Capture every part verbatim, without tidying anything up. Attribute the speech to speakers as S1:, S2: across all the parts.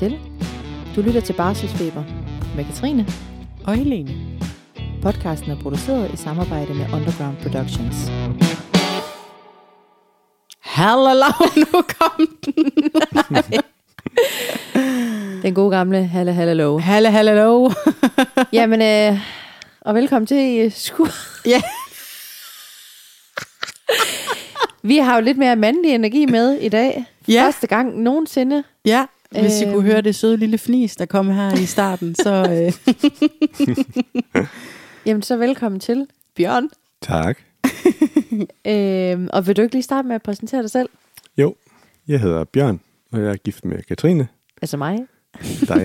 S1: til. Du lytter til Barselsfeber med Katrine
S2: og Helene.
S1: Podcasten er produceret i samarbejde med Underground Productions.
S2: Hallo, nu kom den.
S1: Den gode gamle halle hallo.
S2: Halle hallo.
S1: Jamen, øh, og velkommen til uh, sku.
S2: Ja.
S1: Vi har jo lidt mere mandlig energi med i dag.
S2: Ja.
S1: Første gang nogensinde.
S2: Ja, hvis I
S1: Øhm.
S2: kunne høre det søde lille fnis, der kom her i starten, så... Øh.
S1: Jamen, så velkommen til, Bjørn.
S3: Tak.
S1: øhm, og vil du ikke lige starte med at præsentere dig selv?
S3: Jo, jeg hedder Bjørn, og jeg er gift med Katrine.
S1: Altså mig.
S3: Dig, ja.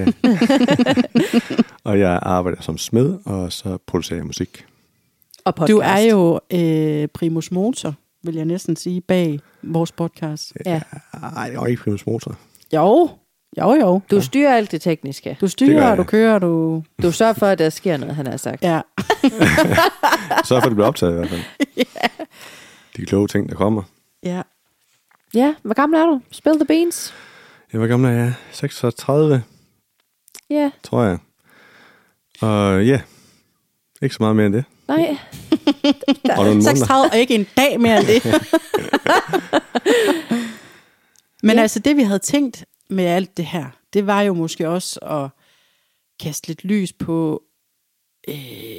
S3: Og jeg arbejder som smed, og så producerer jeg musik.
S1: Og podcast.
S2: Du er jo øh, primus motor, vil jeg næsten sige, bag vores podcast.
S1: Ja.
S3: Nej, det er jo ikke primus motor.
S2: Jo, jo, jo.
S1: Du styrer alt det tekniske.
S2: Du styrer,
S3: jeg.
S2: du kører, du...
S1: Du sørger for, at der sker noget, han har sagt.
S2: Ja.
S3: Så for, at det bliver optaget i hvert fald.
S2: Ja.
S3: De kloge ting, der kommer.
S2: Ja.
S1: Ja, hvor gammel er du? Spill the beans.
S3: Jeg var gammel, jeg er seksogtredive,
S1: Ja,
S3: tror jeg. Og ja, ikke så meget mere end det.
S1: nej.
S3: Og nogle måneder.
S2: seksogtredive og ikke en dag mere end det. Men
S1: Ja.
S2: altså det vi havde tænkt med alt det her, det var jo måske også at kaste lidt lys på, øh,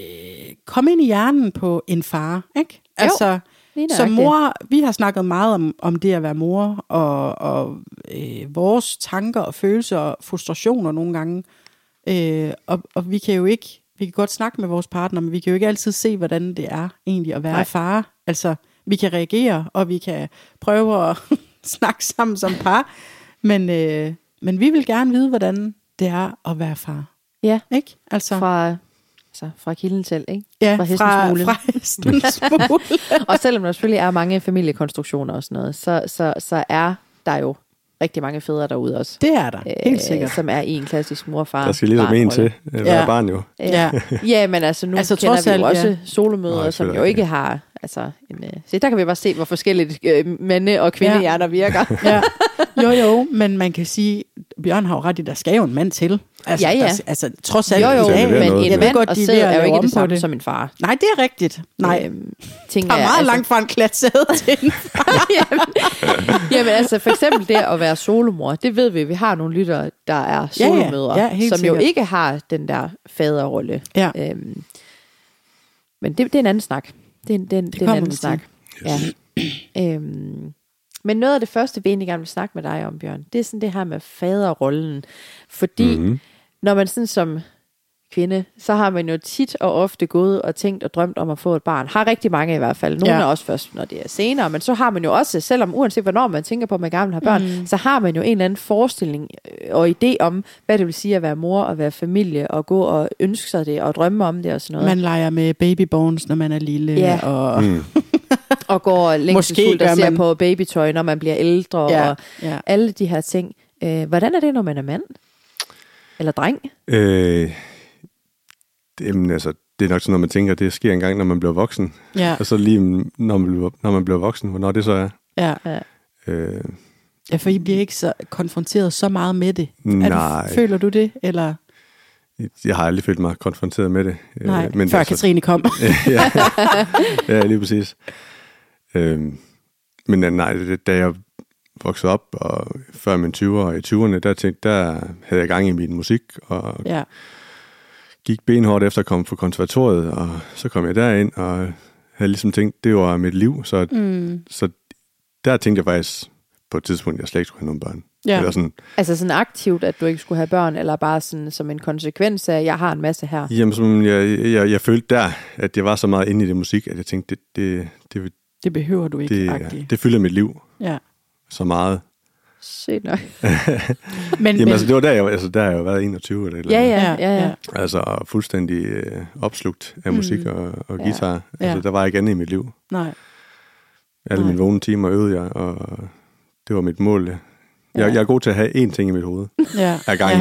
S2: komme ind i hjernen på en far, ikke? Altså
S1: Lige
S2: som
S1: nøjagtigt.
S2: mor, vi har snakket meget om, om det at være mor, og, og øh, vores tanker og følelser og frustrationer nogle gange. Øh, og, og vi kan jo ikke, vi kan godt snakke med vores partner, men vi kan jo ikke altid se, hvordan det er egentlig at være
S1: Nej.
S2: far. Altså, vi kan reagere, og vi kan prøve at snakke sammen som par, men, øh, men vi vil gerne vide, hvordan det er at være far.
S1: Ja,
S2: Ikke? Altså,
S1: fra, altså, fra kilden selv, ikke?
S2: ja,
S1: fra hestens
S2: fra,
S1: smule.
S2: fra hestens smule.
S1: Og selvom der selvfølgelig er mange familiekonstruktioner og sådan noget, så, så, så er der jo rigtig mange fædre derude også.
S2: Det er der, helt
S1: øh,
S2: sikkert.
S1: Som er i en klassisk mor-far.
S3: Der skal ligesom en til at være
S2: Ja.
S3: barn jo.
S2: Ja.
S1: Ja, men altså nu
S2: Altså,
S1: altså, kender
S2: trods
S1: vi jo
S2: alt,
S1: også
S2: ja.
S1: solomødre,
S3: Nå,
S1: som jo
S3: selvfølgelig,
S1: ikke har... Altså, en, øh, så der kan vi bare se, hvor forskelligt øh, mande- og kvindehjerner virker.
S2: Ja. Jo, jo, men man kan sige, Bjørn har jo ret i, der skal jo en mand til. Altså,
S1: Ja, ja.
S2: Der, altså trods alt.
S1: Jo, jo,
S3: Det er
S1: men
S3: noget,
S1: en
S3: men-
S1: mand
S2: godt,
S1: og
S2: de er
S1: sæd
S2: ved at
S1: er jo
S2: lave
S1: ikke
S2: om
S1: det
S2: på
S1: samme
S2: det.
S1: som en far.
S2: Nej, det er rigtigt. Nej,
S1: Øhm, tænker
S2: der er
S1: jeg,
S2: meget
S1: altså,
S2: langt fra en klat sæde til en far.
S1: jamen, jamen altså for eksempel det at være solomor, det ved vi, vi har nogle lyttere, der er
S2: Ja, ja.
S1: solomødre,
S2: Ja, helt
S1: som
S2: sikkert.
S1: jo ikke har den der faderrolle.
S2: Ja.
S1: Øhm, men det, det er en anden snak. Det er, en- det er, en- det er en
S2: kommer
S1: anden
S2: vi til.
S1: snak. Ja. øhm, men noget af det første, vi egentlig gerne vil snakke med dig om, Bjørn, det er sådan det her med faderrollen. Fordi
S3: Mm-hmm.
S1: når man sådan som kvinde, så har man jo tit og ofte gået og tænkt og drømt om at få et barn. Har rigtig mange i hvert fald. Nogle
S2: Ja.
S1: er også først, når det er senere. Men så har man jo også, selvom uanset hvornår man tænker på, at man gerne vil have børn, mm. så har man jo en eller anden forestilling øh, og idé om, hvad det vil sige at være mor og være familie, og gå og ønske sig det og drømme om det og sådan noget.
S2: Man leger med babybones, når man er lille.
S1: Ja.
S2: Og,
S3: Mm.
S1: og går
S2: Måske
S1: længselsfuldt
S2: gør
S1: og ser
S2: man-
S1: på babytøj, når man bliver ældre
S2: ja,
S1: og
S2: ja.
S1: alle de her ting. Øh, hvordan er det, når man er mand? Eller dreng?
S3: Øh, det, jamen, altså, det er nok sådan, når man tænker, at det sker engang, når man bliver voksen.
S2: Ja,
S3: Og så lige når man bliver, når man bliver voksen, hvornår det så er.
S2: ja.
S1: Ja.
S3: Øh,
S2: ja, for I bliver ikke så konfronteret så meget med det. Er
S3: nej,
S2: du, føler du det? Eller
S3: jeg har aldrig følt mig konfronteret med det. Øh,
S2: nej,
S3: men
S2: før
S3: altså-
S2: Katrine kom.
S3: ja. ja, lige præcis. Øhm, men øh, nej, det- da jeg voksede op, og før mine tyvere og i tyverne, der, tænkte, der havde jeg gang i min musik, og
S2: Ja,
S3: gik benhårdt efter at komme på konservatoriet, og så kom jeg derind, og havde ligesom tænkt, det var mit liv, så,
S2: mm.
S3: så der tænkte jeg faktisk på et tidspunkt, at jeg slet ikke skulle have nogen børn.
S2: ja.
S3: Eller sådan,
S1: Altså sådan aktivt, at du ikke skulle have børn, eller bare sådan som en konsekvens af, at jeg har en masse her?
S3: jamen, som jeg, jeg, jeg følte der, at jeg var så meget inde i det musik, at jeg tænkte, det, det, det,
S2: Det behøver du ikke,
S3: det,
S2: agtigt.
S3: det fylder mit liv
S2: Ja.
S3: så meget.
S1: Sygt nok.
S2: Men,
S3: Jamen
S2: men,
S3: altså, det var der, jeg, altså, der har jeg jo været enogtyve eller et eller
S1: Ja,
S3: andet.
S1: ja, ja, ja.
S3: Altså fuldstændig øh, opslugt af musik
S2: Mm.
S3: og, og
S1: Ja.
S3: guitar.
S2: Ja.
S3: Altså, der var ikke andet i mit liv.
S2: Nej.
S3: Alle
S2: Nej.
S3: mine vågne timer øvede jeg, og det var mit mål. Jeg,
S1: Ja.
S3: jeg er god til at have én ting i mit hoved.
S2: Ja.
S3: Af gangen.
S2: Ja.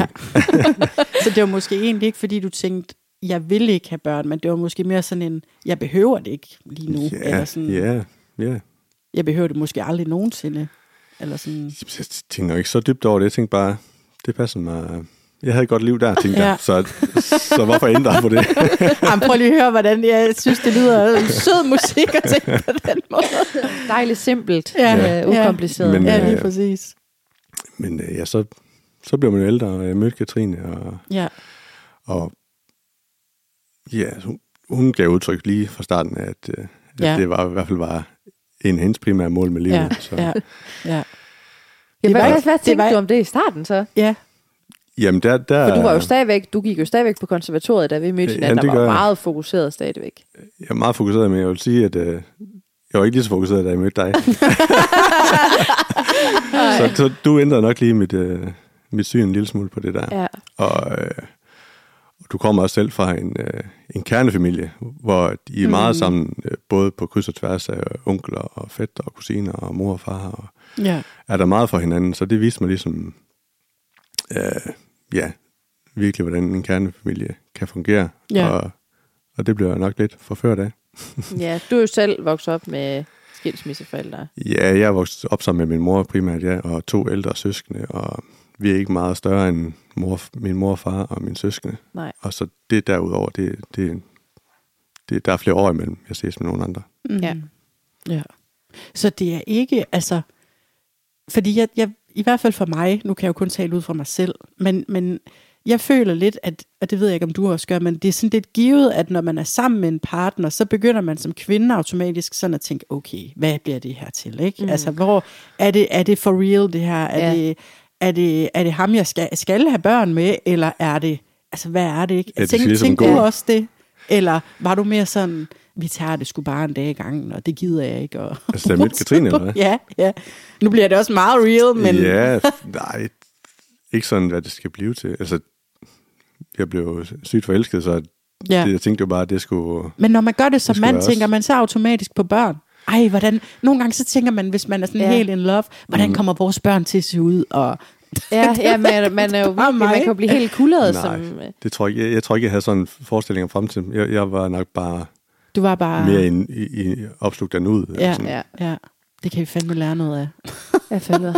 S2: Så det var måske egentlig ikke, fordi du tænkte, jeg vil ikke have børn, men det var måske mere sådan en, jeg behøver det ikke lige nu.
S3: Ja,
S2: eller sådan,
S3: ja, ja.
S2: Jeg behøver det måske aldrig nogensinde. Eller sådan.
S3: Jeg tænker ikke så dybt over det. Jeg tænkte bare, det passer mig. Jeg havde et godt liv der, tænkte
S2: Ja.
S3: jeg. Så, så hvorfor ændre på det?
S2: Jamen, prøv lige at høre, hvordan jeg synes, det lyder sød musik at tænke på den måde.
S1: Dejligt simpelt,
S2: Ja.
S1: ja. øh, ukompliceret.
S3: Men,
S2: Ja, lige
S3: øh,
S2: præcis.
S3: Men øh, ja, så, så blev man jo ældre, og jeg mødte Katrine, og,
S2: Ja.
S3: og ja, hun, hun gav udtryk lige fra starten, at, øh, at
S2: Ja.
S3: det var i hvert fald var en af hendes primære mål med livet.
S2: Ja,
S3: Så,
S2: ja, ja.
S1: Ja,
S2: Det
S1: hvad,
S2: var-
S1: hvad, hvad
S2: det
S1: tænkte
S2: var-
S1: du om det i starten så?
S2: Ja,
S3: Jamen, der, der,
S1: For du var jo stadigvæk, du gik jo stadigvæk på konservatoriet, da vi mødte
S3: Ja,
S1: hinanden,
S3: det
S1: der
S3: gør
S1: var
S3: jeg.
S1: meget fokuseret stadigvæk.
S3: Jeg er meget fokuseret, men jeg vil sige, at øh, jeg var ikke lige så fokuseret, da jeg mødte dig. så, så du ændrede nok lige mit, øh, mit syn en lille smule på det der.
S1: Ja.
S3: Og øh, du kommer også selv fra en, øh, en kernefamilie, hvor I er meget sammen, øh, både på kryds og tværs af onkler og fætter og kusiner og mor og far, og
S2: ja.
S3: er der meget for hinanden. Så det viste mig ligesom, øh, ja, virkelig, hvordan en kernefamilie kan fungere.
S2: Ja.
S3: Og, og det bliver jeg nok lidt forført af.
S1: Ja, du er jo selv vokset op med skilsmisseforældre.
S3: Ja, jeg er vokset op sammen med min mor primært, ja, og to ældre søskende, og vi er ikke meget større end mor, min mor og far og mine søskende.
S1: Nej.
S3: Og så det derudover, det, det, det, der er flere år imellem, jeg ses med nogle andre.
S2: Mm.
S1: Ja.
S2: Ja. Så det er ikke, altså, fordi jeg, jeg, i hvert fald for mig, nu kan jeg jo kun tale ud fra mig selv, men, men jeg føler lidt, at, og det ved jeg ikke, om du også gør, men det er sådan lidt givet, at når man er sammen med en partner, så begynder man som kvinde automatisk sådan at tænke, okay, hvad bliver det her til, ikke? Mm. Altså, hvor er det, er det for real, det her? Er,
S1: Ja.
S2: det, er, det, er det ham, jeg skal, skal have børn med, eller er det, altså, hvad er det, ikke?
S3: Ja, det
S2: Tænk,
S3: skal ligesom
S2: tænkte
S3: gå.
S2: du også det? Eller var du mere sådan, vi tager det sgu bare en dag i gangen, og det gider jeg ikke. Og
S3: Altså, da jeg mødte Katrine, eller hvad?
S2: Ja, ja. Nu bliver det også meget real, men...
S3: Ja, nej, ikke sådan, hvad det skal blive til. Altså, jeg blev sygt forelsket, så
S2: Ja.
S3: det, jeg tænkte jo bare, at det skulle...
S2: Men når man gør det som
S3: Det skulle
S2: mand,
S3: jeg også.
S2: tænker man så automatisk på børn. Ej, hvordan... Nogle gange så tænker man, hvis man er sådan
S1: Ja.
S2: helt in love, hvordan
S3: Mm.
S2: kommer vores børn til at se ud? Og
S1: Ja, ja man, man er jo
S2: bare
S1: virkelig, man
S2: mig.
S1: kan jo blive helt kuldret
S3: Nej,
S1: som...
S3: det tror jeg, ikke. jeg, jeg tror ikke, jeg havde sådan en forestilling om fremtiden. Jeg, jeg var nok bare
S2: du var bare...
S3: mere i, i, i opslugt af nuet.
S2: Ja,
S3: Sådan.
S1: Ja,
S2: ja. Det kan vi fandme lære noget af.
S1: jeg følger.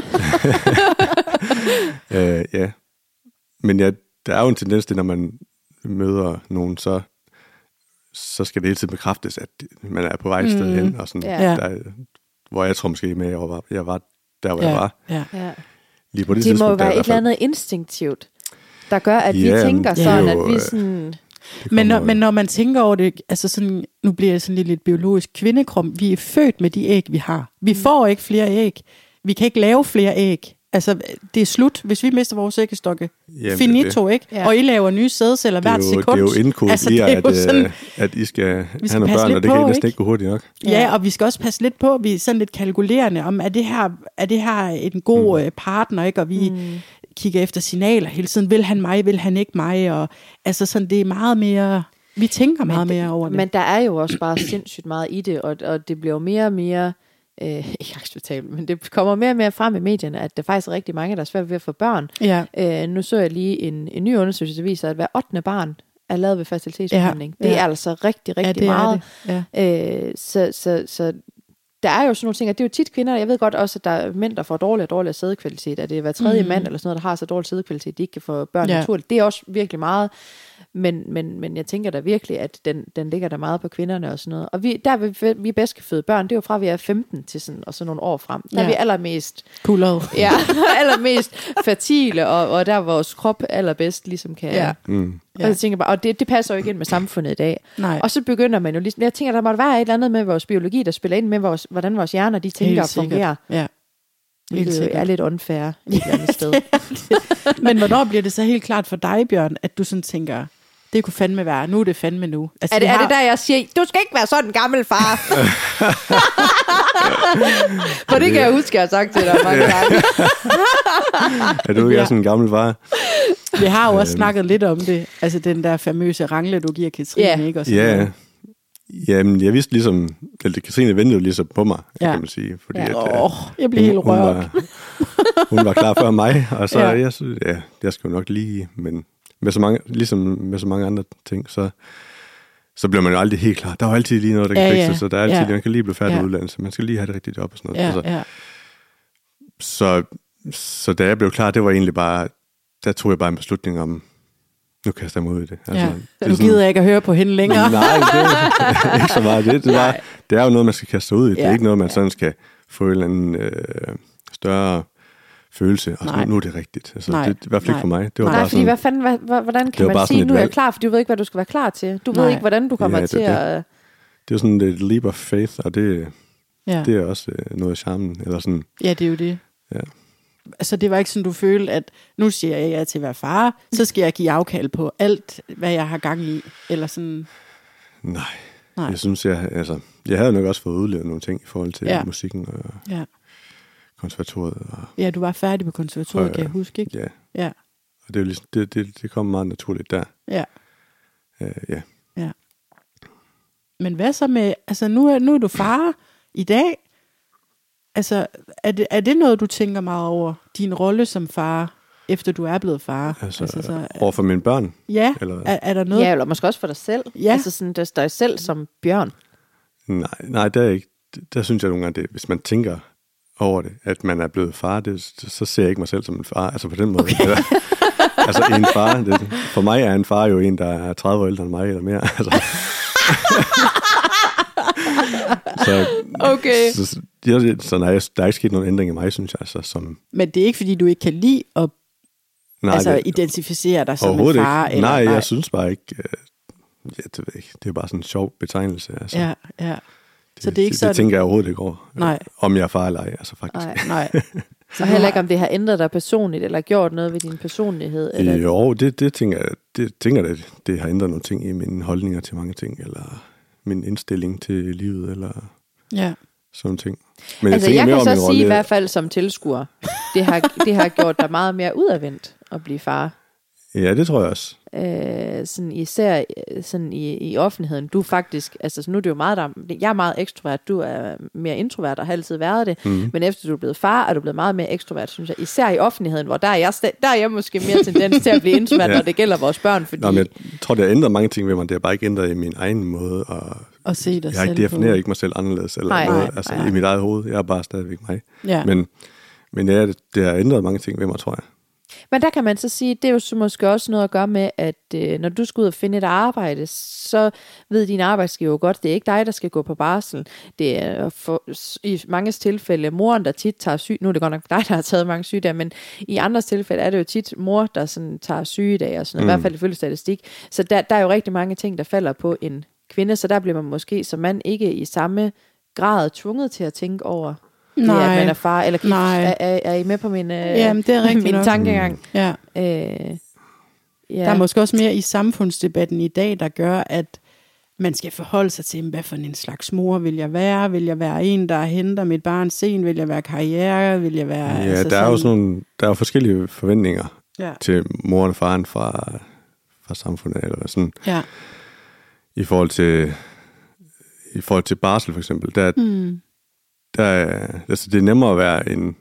S3: Øh, ja. Men ja, der er jo en tendens til, når man møder nogen, så, så skal det hele tiden bekræftes, at man er på vej et sted
S2: Mm.
S3: hen. Og sådan,
S1: Ja.
S3: der, hvor jeg tror måske med, at jeg var, jeg var der, hvor
S2: Ja,
S3: jeg var.
S2: ja.
S1: Ja.
S3: Lige på det,
S1: Det må jo
S3: tidspunkt, der
S1: være
S3: i
S1: et
S3: hvert
S1: eller
S3: fald-
S1: andet instinktivt, der gør, at vi
S3: Ja,
S1: tænker
S3: det er
S1: sådan,
S3: jo,
S1: at vi
S3: øh,
S1: sådan...
S3: det
S2: Men, når,
S3: kommer-
S2: men når man tænker over det, altså sådan, nu bliver jeg sådan lidt, lidt biologisk kvindekrom, vi er født med de æg, vi har. Vi får ikke flere æg. Vi kan ikke lave flere æg. Altså, det er slut, hvis vi mister vores æggestokke.
S3: Jamen,
S2: Finito, ikke?
S1: Ja.
S2: Og I laver nye sædceller
S3: det er
S2: hvert
S3: jo,
S2: sekund.
S3: det er jo indkodet
S2: Altså,
S3: lige,
S2: det er
S3: at,
S2: jo sådan-
S3: øh, at I skal,
S2: Vi skal
S3: have nogle
S2: passe
S3: børn,
S2: lidt
S3: og det
S2: på,
S3: kan I næsten
S2: ikke?
S3: ikke gå hurtigt nok.
S2: Ja, og vi skal også passe lidt på, vi er sådan lidt kalkulerende om, er det her, er det her en god mm. partner, ikke? Og vi mm. kigger efter signaler hele tiden. Vil han mig, vil han ikke mig? Og, altså sådan, det er meget mere... Vi tænker meget
S1: det,
S2: mere over det.
S1: Men der er jo også bare sindssygt meget i det, og, og det bliver jo mere og mere, øh, ikke acceptabelt, men det kommer mere og mere frem i medierne, at der faktisk er rigtig mange, der er svært ved at få børn.
S2: ja.
S1: Øh, nu så jeg lige en, en ny undersøgelse, der viser, at hver ottende barn er lavet ved fertilitetsbehandling.
S2: Ja,
S1: Det er
S2: ja.
S1: altså rigtig, rigtig
S2: ja, det
S1: meget.
S2: Er det. Ja.
S1: Øh, så, så, så der er jo sådan nogle ting, og det er jo tit kvinder, jeg ved godt også, at der er mænd, der får dårligere og dårligere sædekvalitet, at det er hver tredje
S2: Mhm.
S1: mand eller sådan noget, der har så dårlig sædekvalitet, de ikke kan få børn
S2: Ja.
S1: naturligt. Det er også virkelig meget, men, men, men jeg tænker da virkelig, at den, den ligger der meget på kvinderne og sådan noget. Og vi, der vi, vi bedst kan føde børn, det er jo fra, vi er femten til sådan, og så nogle år frem. Der
S2: Ja.
S1: er vi allermest,
S2: Kullet.
S1: ja, allermest fertile, og, og der vores krop allerbedst ligesom kan...
S2: Ja.
S3: Mm.
S1: Og jeg tænker bare, og det, det passer jo ikke ind med samfundet i dag.
S2: Nej.
S1: Og så begynder man jo ligesom, jeg tænker, der må være et eller andet med vores biologi, der spiller ind med, vores, hvordan vores hjerner, de tænker og fungerer.
S2: Ja. Helt
S1: Det
S2: sikkert.
S1: er lidt unfair et eller andet sted.
S2: Men hvornår bliver det så helt klart for dig, Bjørn, at du sådan tænker, det kunne fandme være, nu er det fandme nu. Altså,
S1: Er det,
S2: vi
S1: er
S2: har-
S1: det der, jeg siger, du skal ikke være sådan en gammel far? For det kan jeg huske, jeg har sagt til dig mange gange.
S3: Er du ikke
S2: Ja.
S3: ja. sådan en gammel far?
S2: Vi har jo også
S3: Øhm.
S2: snakket lidt om det. Altså den der famøse rangle, du giver Katrine,
S1: Ja.
S2: ikke? Og sådan
S3: Ja,
S2: noget.
S3: jamen jeg vidste ligesom, eller Katrine ventede jo ligesom på mig,
S2: Ja.
S3: kan man sige. Fordi
S1: Ja.
S3: at,
S2: Åh,
S3: øh,
S2: jeg bliver helt
S3: hun, hun,
S2: rørt.
S3: var, hun var klar før mig, og så
S2: Ja.
S3: ja. jeg synes, ja, jeg skal jo nok lige, men med så mange, ligesom med så mange andre ting, så, så bliver man jo aldrig helt klar. Der er jo altid lige noget, der kan
S2: Ja,
S3: ja,
S2: ja.
S3: fikse, så der er altid,
S2: Ja.
S3: man kan lige blive færdig
S2: Ja.
S3: med uddannelse, man skal lige have det rigtige job og sådan noget.
S2: Ja,
S3: Altså,
S2: ja.
S3: så, så da jeg blev klar, det var egentlig bare, der tog jeg bare en beslutning om, nu kaster jeg mig ud i det. Altså,
S2: ja.
S3: det
S2: nu gider jeg ikke at høre på hende længere.
S3: Nej, det er ikke så meget. Det, det, var, det er jo noget, man skal kaste sig ud i. Det er
S2: ja.
S3: ikke noget, man sådan skal få en eller anden øh, større følelse. Og nu, nu er det rigtigt. Altså, det, det er i hvert fald ikke for mig. Det var
S1: Nej,
S3: bare
S1: fordi
S3: sådan,
S1: hvad fanden, hvad, hvordan kan man sige, nu er jeg klar, for du ved ikke, hvad du skal være klar til. Du Nej. ved ikke, hvordan du kommer ja, det, til
S3: det,
S1: at...
S3: Det er sådan et leap of faith, og det,
S2: ja.
S3: det er også øh, noget af charmen. Eller sådan.
S2: Ja, det er jo det.
S3: Ja.
S2: Altså, det var ikke sådan, du følte, at nu siger jeg ja til at være far, så skal jeg give afkald på alt, hvad jeg har gang i, eller sådan...
S3: Nej,
S2: Nej.
S3: jeg synes, jeg, altså, jeg havde nok også fået udlevet nogle ting i forhold til
S2: ja.
S3: musikken og
S2: ja.
S3: konservatoriet. Og,
S2: ja, du var færdig på konservatoriet, og, kan jeg huske, ikke?
S3: Ja.
S2: ja.
S3: Og det, er jo ligesom, det, det, det kom meget naturligt der.
S2: Ja.
S3: Uh, ja.
S2: Ja. Men hvad så med, altså nu er, nu er du far i dag, altså er det, er det noget, du tænker meget over, din rolle som far, efter du er blevet far?
S3: Altså,
S2: altså så,
S3: over for mine børn?
S2: Ja,
S3: eller hvad?
S2: Er, er der noget?
S1: Ja, eller måske også for dig selv.
S2: Ja.
S1: Altså sådan, der står dig selv som Bjørn.
S3: Nej, nej, der er ikke, der synes jeg nogle gange, det, hvis man tænker over det, at man er blevet far, det, så ser jeg ikke mig selv som en far, altså på den måde. Okay. Altså en far, det, for mig er en far jo en, der er tredive år ældre end mig, eller mere. Altså. så,
S2: okay.
S3: Så, så, så, så nej, der er ikke sket nogen ændring i mig, synes jeg. Altså, som,
S2: Men det er ikke, fordi du ikke kan lide at
S3: nej,
S2: altså,
S3: det,
S2: identificere dig som en far?
S3: Ikke.
S2: Eller,
S3: nej,
S2: nej,
S3: jeg synes bare ikke, uh, ja, det, ved jeg ikke, det er bare sådan en sjov betegnelse. Altså.
S2: Ja, ja.
S3: Det,
S2: så det er ikke
S3: det,
S2: sådan...
S3: det tænker jeg overhovedet ikke over,
S2: nej.
S3: om jeg er far eller ej, altså faktisk.
S2: Nej, nej.
S1: Så heller ikke, om det har ændret dig personligt, eller gjort noget ved din personlighed? Eller...
S3: Jo, det, det tænker jeg, det tænker jeg, det har ændret nogle ting i mine holdninger til mange ting, eller min indstilling til livet, eller
S2: ja.
S3: sådan ting. Men
S1: altså,
S3: jeg,
S1: jeg kan så sige
S3: rolle...
S1: i hvert fald som tilskuer, det har, det har gjort dig meget mere udadvendt at blive far.
S3: Ja, det tror jeg også.
S1: Øh, sådan især sådan i, i offentligheden. Du faktisk, altså nu er det jo meget der, jeg er meget ekstrovert, du er mere introvert og har altid været det, mm. men efter du er blevet far, er du blevet meget mere ekstrovert, synes jeg. Især i offentligheden, hvor der er jeg, der er jeg måske mere tendens til at blive introvert, ja. Når det gælder vores børn. Fordi...
S3: Nå, men jeg tror, det har ændret mange ting ved mig, det har bare ikke ændret i min egen måde at,
S2: at se dig
S3: jeg selv definerer på. Ikke mig selv anderledes, eller
S1: nej,
S3: noget,
S1: nej,
S3: altså
S1: nej.
S3: i mit eget hoved. Jeg er bare stadigvæk mig.
S2: Ja.
S3: Men, men ja, det, det har ændret mange ting ved mig, tror jeg.
S1: Men der kan man så sige, det er jo så måske også noget at gøre med, at øh, når du skal ud og finde et arbejde, så ved din arbejdsgiver godt, det er ikke dig, der skal gå på barsel. Det er for, i mange tilfælde moren, der tit tager syg. Nu er det godt nok dig, der har taget mange sygedage, men i andres tilfælde er det jo tit mor, der sådan tager sygedage og sådan, mm. i hvert fald ifølge statistik. Så der, der er jo rigtig mange ting, der falder på en kvinde, så der bliver man måske som mand ikke i samme grad tvunget til at tænke over,
S2: nej,
S1: det, at man er far, eller kan
S2: nej.
S1: I, er, er, er I med på min, øh,
S2: Jamen, det er
S1: min tankegang?
S2: Mm. Ja.
S1: Øh, ja.
S2: Der er måske også mere i samfundsdebatten i dag, der gør, at man skal forholde sig til, hvad for en slags mor vil jeg være? Vil jeg være en, der henter mit barn sen? Vil jeg være karriere? Vil jeg være...
S3: Ja,
S2: altså,
S3: der er jo sådan nogle, der er jo forskellige forventninger
S2: ja.
S3: til moren og faren fra, fra samfundet, eller sådan.
S2: Ja.
S3: I forhold til, i forhold til barsel, for eksempel, der,
S2: mm.
S3: der er, altså det er nemmere at være en,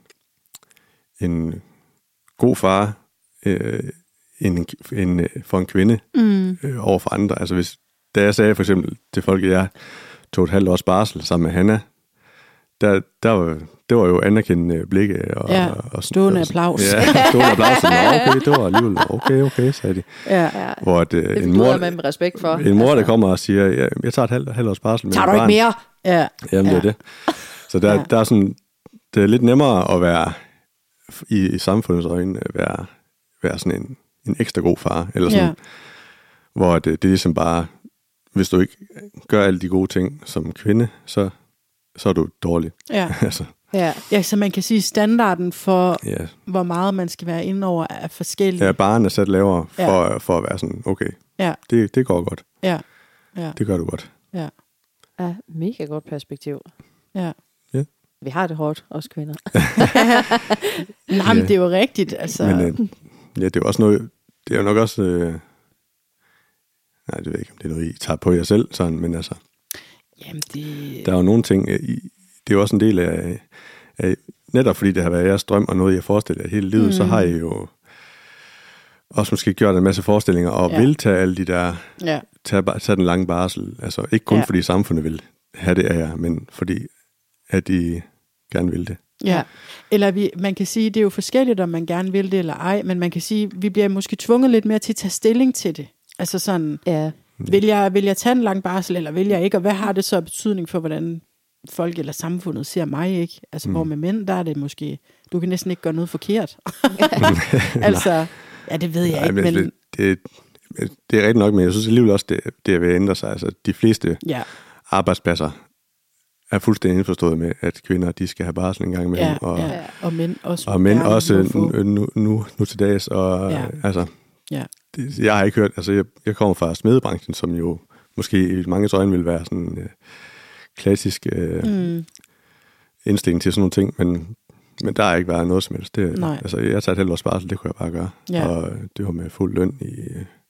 S3: en god far øh, end, en, end for en kvinde
S2: mm.
S3: øh, over for andre. Altså hvis, da jeg sagde for eksempel til folk, at jeg tog et halvt års barsel sammen med Hanna, der, der var, det var jo anerkendende blikke. Og,
S2: ja,
S3: og,
S2: stående
S3: og,
S2: applaus.
S3: Ja, stående applaus. Nå, okay, det var alligevel okay, okay, sagde de.
S1: Ja,
S3: hvor at,
S1: det
S3: en mor,
S1: man med respekt for.
S3: En mor, der kommer og siger, ja, jeg tager et halvt, halvt års barsel med
S1: tager
S3: mit barn.
S1: du ikke mere?
S2: Ja.
S3: Jamen,
S2: ja.
S3: det er det. Så der, ja. der er sådan, det er lidt nemmere at være i, i samfundets øjne, være, være sådan en, en ekstra god far, eller sådan, ja. Hvor det, det er ligesom bare, hvis du ikke gør alle de gode ting som kvinde, så, så er du dårlig.
S2: Ja.
S3: altså.
S2: Ja. ja, så man kan sige, standarden for,
S3: ja.
S2: hvor meget man skal være inde over, er forskellig.
S3: Ja, barren er sat lavere for,
S2: ja.
S3: for at være sådan, okay,
S2: ja.
S3: det, det går godt.
S2: Ja. Ja.
S3: Det gør du godt.
S2: Ja.
S1: Ja, mega godt perspektiv.
S2: Ja.
S3: Ja.
S1: Vi har det hårdt, os kvinder.
S2: Nej, men det er jo rigtigt. Altså.
S3: Men øh, ja, det er jo også noget, det er jo nok også, øh, nej, det ved jeg ikke, om det er noget, I tager på jer selv, sådan, men altså,
S2: jamen det...
S3: der er jo nogle ting, I, det er jo også en del af, af, netop fordi det har været jeres drøm, og noget, I har forestillet jer hele livet, mm. så har I jo også måske gjort en masse forestillinger, og ja. vil tage alle de der,
S2: ja.
S3: tage, tage den lange barsel, altså ikke kun ja. fordi samfundet vil have det af jer, men fordi, at I gerne vil det.
S2: Ja. Eller vi, man kan sige, det er jo forskelligt, om man gerne vil det eller ej, men man kan sige, vi bliver måske tvunget lidt mere til at tage stilling til det. Altså sådan,
S1: Ja.
S2: vil jeg, vil jeg tage en lang barsel, eller vil jeg ikke? Og hvad har det så af betydning for, hvordan folk eller samfundet ser mig, ikke? Altså, mm. hvor med mænd, der er det måske, du kan næsten ikke gøre noget forkert. altså, ja, det ved jeg
S3: Nej,
S2: ikke,
S3: men...
S2: men...
S3: Det, det, det er rigtigt nok, men jeg synes alligevel også, det, det er ved at ændre sig. Altså, de fleste
S2: ja.
S3: arbejdspladser er fuldstændig indforstået med, at kvinder, de skal have barsel en gang imellem.
S2: Ja,
S3: og,
S2: ja. og mænd også.
S3: Og mænd også nu, nu, nu, nu til dags. Og,
S2: ja.
S3: altså,
S2: ja.
S3: det, jeg har ikke hørt, altså jeg, jeg kommer fra smedebranchen, som jo måske i mange øjne vil være sådan en øh, klassisk øh, mm. indstilling til sådan nogle ting, men, men der har ikke været noget som helst. Det, altså, jeg har taget et halvt års barsel, det kunne jeg bare gøre.
S2: Ja.
S3: Og det var med fuld løn i,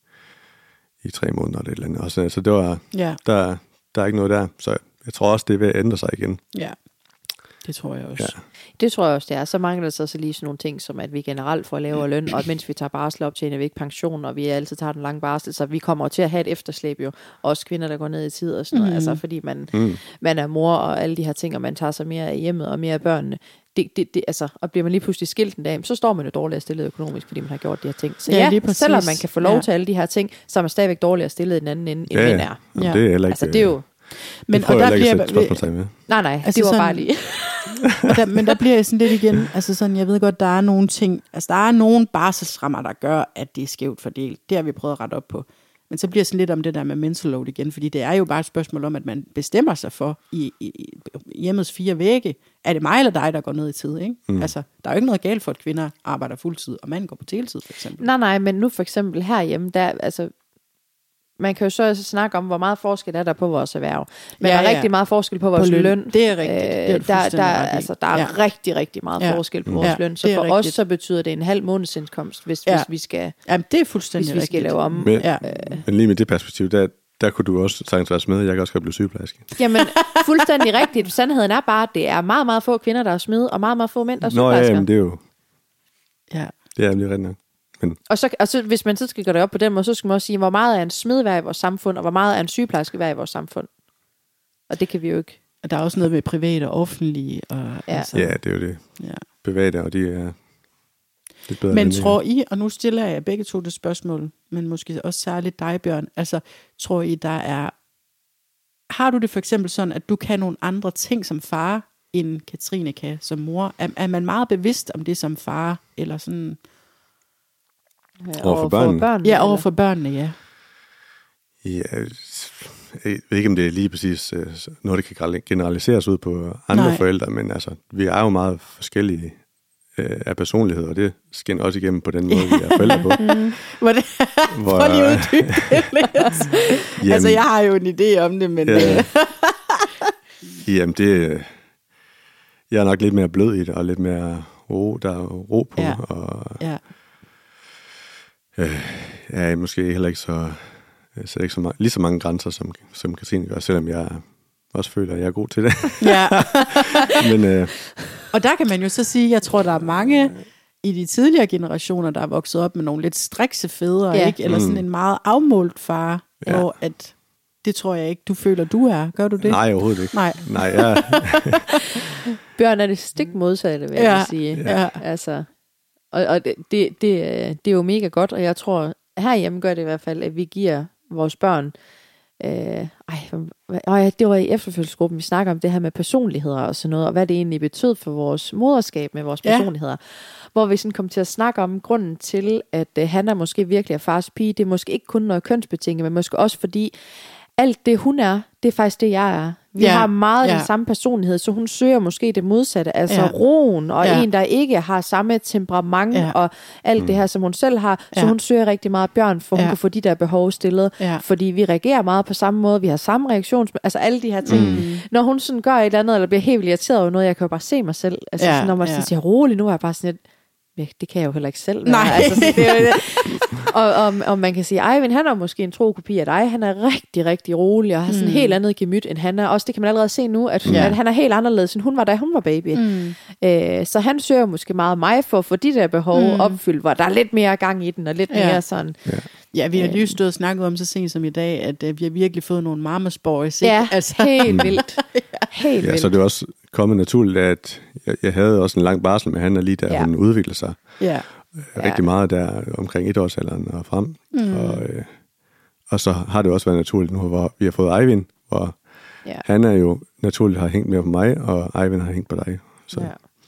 S3: i tre måneder eller et eller andet. Og så, så det var,
S2: ja.
S3: der, der er ikke noget der. Så jeg tror også, det er ved at ændre sig igen.
S2: Ja, det tror jeg også.
S1: Ja. Det tror jeg også, det er. Så mangler der så, så lige sådan nogle ting, som at vi generelt får lavere løn, og at mens vi tager barsel op, tjener vi ikke pension, og vi altid tager den lange barsel, så vi kommer til at have et efterslæb jo. Også kvinder, der går ned i tid og sådan noget, mm. altså fordi man, mm. man er mor og alle de her ting, og man tager sig mere af hjemmet og mere af børnene. Det, det, det, altså, og bliver man lige pludselig skilt en dag, så står man jo dårligere stillet økonomisk, fordi man har gjort de her ting. Så ja, ja selvom man kan få lov ja. til alle de her ting, så er man stadigvæk dårligere stillet i den anden ende, end
S3: ja,
S1: mænd er.
S3: Ja, det er heller ikke...
S1: Altså, det er jo...
S2: Men, og der bliver
S3: med.
S1: Nej, nej, altså det var sådan, bare lige.
S2: der, men der bliver jeg sådan lidt igen, altså sådan, jeg ved godt, der er nogle ting, altså der er nogle barselsrammer, der gør, at det er skævt fordelt. Det har vi prøvet at rette op på. Men så bliver det sådan lidt om det der med mental load igen, fordi det er jo bare et spørgsmål om, at man bestemmer sig for i, i, i hjemmets fire vægge, er det mig eller dig, der går ned i tid, ikke? Mm. Altså, der er jo ikke noget galt for, at kvinder arbejder fuldtid, og manden går på deltid, for eksempel.
S1: Nej, nej, men nu for eksempel herhjemme, der, altså, man kan jo så altså snakke om, hvor meget forskel er der på vores erhverv. Men ja, der er ja. rigtig meget forskel på vores på løn. løn.
S2: Det er rigtigt. Det er
S1: der, der, altså, der er ja. rigtig, rigtig meget ja. forskel på vores ja, løn. Så for rigtigt. os, så betyder det en halv månedsindkomst, hvis, ja. hvis vi skal,
S2: Jamen, det er fuldstændig
S1: hvis vi skal lave om.
S3: Men, ja. men lige med det perspektiv, der, der kunne du også sagtens være smed. Jeg kan også godt blive sygeplejerske.
S1: Jamen, fuldstændig rigtigt. Sandheden er bare, at det er meget, meget få kvinder, der er smed, og meget, meget få mænd, der er sygeplejersker.
S3: Nå ja, men det er jo...
S2: Ja.
S3: Det er lige rigtig nok. Men.
S1: Og, så, og så, hvis man så skal gøre det op på den måde, så skal man også sige, hvor meget er en smed værd i vores samfund, og hvor meget er en sygeplejerske værd i vores samfund. Og det kan vi jo ikke.
S2: Og der er også noget med private og offentlige. Og,
S1: ja.
S2: Altså,
S3: ja, det er jo det.
S2: Ja.
S3: Private, og de er lidt bedre.
S2: Men tror I, og nu stiller jeg begge to det spørgsmål, men måske også særligt dig, Bjørn, altså tror I, der er, har du det for eksempel sådan, at du kan nogle andre ting som far, end Katrine kan som mor? Er, er man meget bevidst om det som far, eller sådan...
S3: Ja, over for børnene?
S2: børnene? Ja, over for børnene, ja.
S3: Ja, jeg ved ikke, om det er lige præcis noget, det kan generaliseres ud på andre Nej. forældre, men altså, vi er jo meget forskellige øh, af personlighed, og det skinner også igennem på den måde, vi er forældre på.
S2: mm. Hvor det, Hvor, prøv lige uddybe det lidt. Altså, jeg har jo en idé om det, men... Ja.
S3: Jamen, det... Jeg er nok lidt mere blød i det, og lidt mere ro, der er ro på.
S2: Ja.
S3: Og,
S2: ja.
S3: Øh, jeg er måske heller ikke så, så ikke så mange, lige så mange grænser, som, som Katrine gør, selvom jeg også føler, at jeg er god til det.
S2: Ja.
S3: Men, øh,
S2: og der kan man jo så sige, jeg tror, der er mange i de tidligere generationer, der er vokset op med nogle lidt strikse fædre, ja. ikke? Eller sådan en meget afmålt far, ja. hvor at, det tror jeg ikke, du føler, du er. Gør du det?
S3: Nej, overhovedet ikke.
S2: Nej.
S3: Nej, jeg...
S1: Bjørn er det stik modsatte, vil
S2: ja.
S1: jeg sige.
S2: Ja.
S1: Altså... Og, og det, det, det, det er jo mega godt, og jeg tror, herhjemme gør det i hvert fald, at vi giver vores børn, øh, ej, det var i efterfølgelsesgruppen, vi snakker om det her med personligheder og sådan noget, og hvad det egentlig betød for vores moderskab med vores personligheder. Ja. Hvor vi sådan kom til at snakke om grunden til, at øh, han er måske virkelig er fars pige, det er måske ikke kun noget kønsbetinget, men måske også fordi, alt det hun er, det er faktisk det jeg er. Vi ja, har meget ja. den samme personlighed, så hun søger måske det modsatte, altså ja. roen, og ja. en, der ikke har samme temperament, ja. og alt mm. det her, som hun selv har, ja. så hun søger rigtig meget Bjørn, for ja. hun kan få de der behov stillet, ja. fordi vi reagerer meget på samme måde, vi har samme reaktions, altså alle de her ting. Mm. Når hun sådan gør et eller andet, eller bliver helt irriteret over noget, jeg kan jo bare se mig selv, altså ja. sådan, når man ja. siger rolig, nu er jeg bare sådan et, det kan jeg jo heller ikke selv være.
S2: Nej.
S1: Altså, det er det. Og, og, og man kan sige, Eivind, han er måske en tro kopi af dig. Han er rigtig, rigtig rolig og har sådan mm. helt andet gemyt, end han er. Også det kan man allerede se nu, at, ja. at han er helt anderledes, end hun var, da hun var baby. Mm. Æ, så han søger måske meget mig for at få de der behov mm. opfyldt, hvor der er lidt mere gang i den, og lidt ja. mere sådan...
S2: Ja. Ja, vi har lige stået og snakket om så sent som i dag, at uh, vi har virkelig fået nogle mamas boys.
S1: Ja, altså. helt vildt.
S3: Helt ja, vildt. Så det er også kommet naturligt, at jeg, jeg havde også en lang barsel med Hanna, lige da ja. hun udviklede sig
S2: ja.
S3: rigtig
S1: ja.
S3: meget der omkring etårsalderen og frem. Mm. Og, øh, og så har det også været naturligt nu, hvor vi har fået Eivind, hvor ja. Hanna jo naturligt har hængt mere på mig, og Eivind har hængt på dig. Så. Ja.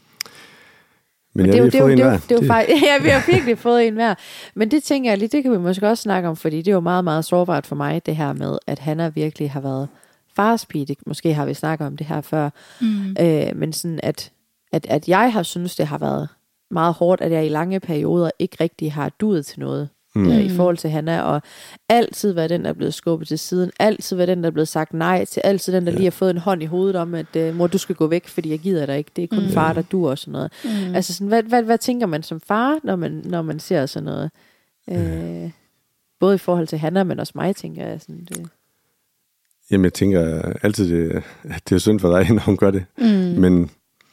S3: Men, Men
S1: ja,
S3: det,
S1: vi har fået en hver.
S3: Det,
S1: ja, vi har virkelig fået en hver. Men det tænker jeg lige, det kan vi måske også snakke om, fordi det er jo meget, meget sårbart for mig, det her med, at Hanna virkelig har været farspige. Måske har vi snakket om det her før. Mm. Øh, men sådan, at, at, at jeg har synes det har været meget hårdt, at jeg i lange perioder ikke rigtig har duet til noget. Mm. Øh, i forhold til Hanna, og altid være den, der er blevet skubbet til siden, altid være den, der er blevet sagt nej til, altid den, der ja. lige har fået en hånd i hovedet om, at uh, mor, du skal gå væk, fordi jeg gider dig ikke, det er kun mm. far, der duer og sådan noget. Mm. Altså sådan, hvad, hvad, hvad tænker man som far, når man, når man ser sådan noget? Øh, både i forhold til Hanna, men også mig, tænker jeg. Sådan, det.
S3: Jamen, jeg tænker altid, det, at det er synd for dig, når hun gør det. Mm. Men,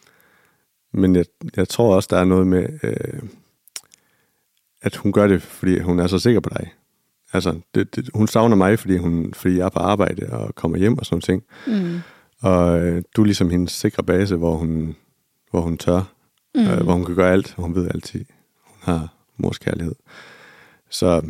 S3: men jeg, jeg tror også, der er noget med... Øh, at hun gør det, fordi hun er så sikker på dig. Altså, det, det, hun savner mig, fordi, hun, fordi jeg er på arbejde og kommer hjem og sådan ting. Mm. Og øh, du er ligesom hendes sikre base, hvor hun, hvor hun tør, mm. øh, hvor hun kan gøre alt, og hun ved altid, hun har mors kærlighed. Så,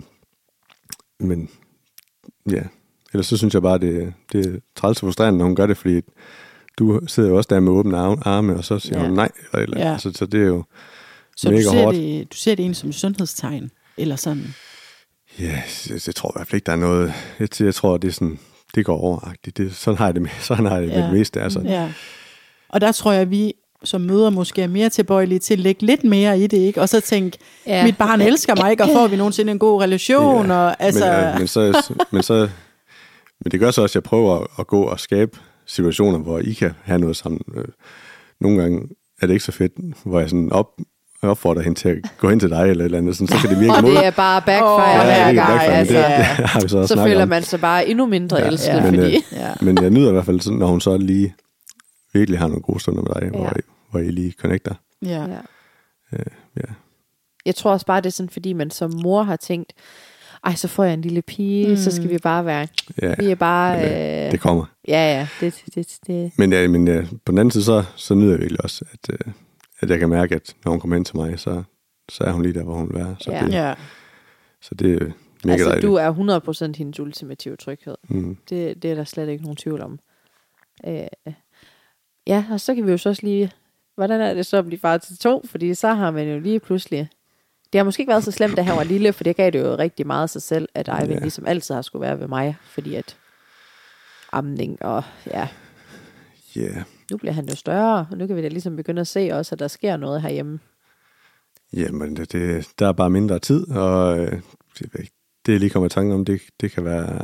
S3: men ja, ellers så synes jeg bare, det, det er træls og frustrerende, når hun gør det, fordi du sidder jo også der med åbne arme, og så siger ja. hun nej. Eller, ja. altså, så det er jo
S2: Så du ser, det, du ser det egentlig som sundhedstegn, eller sådan?
S3: Ja, jeg, jeg tror i hvert fald ikke, der er noget... Jeg, jeg tror, det er sådan... Det går overagtigt. Det, sådan har jeg det med, sådan har jeg det, ja. med det meste. Altså.
S2: Ja. Og der tror jeg, at vi som mødre måske er mere tilbøjelige til at lægge lidt mere i det, ikke? Og så tænke, ja. mit barn elsker mig ikke, og får vi nogensinde en god relation? Ja. Og, altså...
S3: men, øh, men, så, men, så, men det gør så også, at jeg prøver at gå og skabe situationer, hvor I kan have noget sammen. Nogle gange er det ikke så fedt, hvor jeg sådan op... Jeg opfordrer hende til at gå hen til dig eller et eller andet, sådan, så kan det virke
S1: og
S3: mod.
S1: det er bare backfire
S3: oh,
S1: hver gang.
S3: Altså, det, det har vi så
S1: så føler man sig bare endnu mindre ja, elsket. Ja.
S3: Men,
S1: fordi...
S3: ja. men jeg nyder i hvert fald, sådan, når hun så lige virkelig har nogle gode stunder med dig, ja. hvor, I, hvor I lige connecter.
S1: Ja.
S3: Øh, ja.
S1: Jeg tror også bare, det er sådan, fordi man som mor har tænkt, ej, så får jeg en lille pige, mm. så skal vi bare være...
S3: Ja,
S1: vi er bare...
S3: ja, øh... det kommer.
S1: Ja, ja. Det, det, det.
S3: Men, ja, men ja, på den anden side, så, så nyder jeg virkelig også, at, øh, at jeg kan mærke, at når hun kommer hen til mig, så... så er hun lige der, hvor hun vil være. Så,
S1: ja.
S3: det,
S2: ja.
S3: så det er mega
S1: altså,
S3: dejligt.
S1: Du er hundrede procent hendes ultimative tryghed.
S3: Mm.
S1: Det, det er der slet ikke nogen tvivl om. Øh, ja, og så kan vi jo så også lige... Hvordan er det så at blive far til to? Fordi så har man jo lige pludselig... Det har måske ikke været så slemt, da han var lille, for det gav det jo rigtig meget af sig selv, at Eivind ja. ligesom altid har skulle være ved mig, fordi at amning og ja...
S3: Yeah.
S1: Nu bliver han jo større, og nu kan vi da ligesom begynde at se også, at der sker noget herhjemme.
S3: Jamen, det, det, der er bare mindre tid, og øh, det, det er lige kommet i tanke om, det, det kan være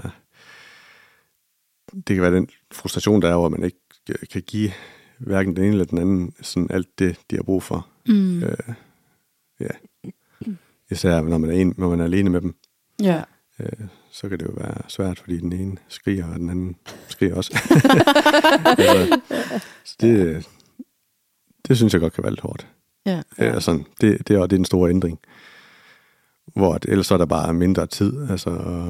S3: det kan være den frustration, der er over, at man ikke kan give hverken den ene eller den anden sådan alt det, de har brug for. Mm. Øh, ja. Især når man er, en, når man er alene med dem.
S2: Ja.
S3: Øh, så kan det jo være svært, fordi den ene skriger, og den anden skriger også. altså, så det, det synes jeg godt kan være lidt hårdt.
S2: Ja.
S3: Ja, sådan, det, det, er, det er en stor ændring. Hvor det, ellers er der bare mindre tid. Altså,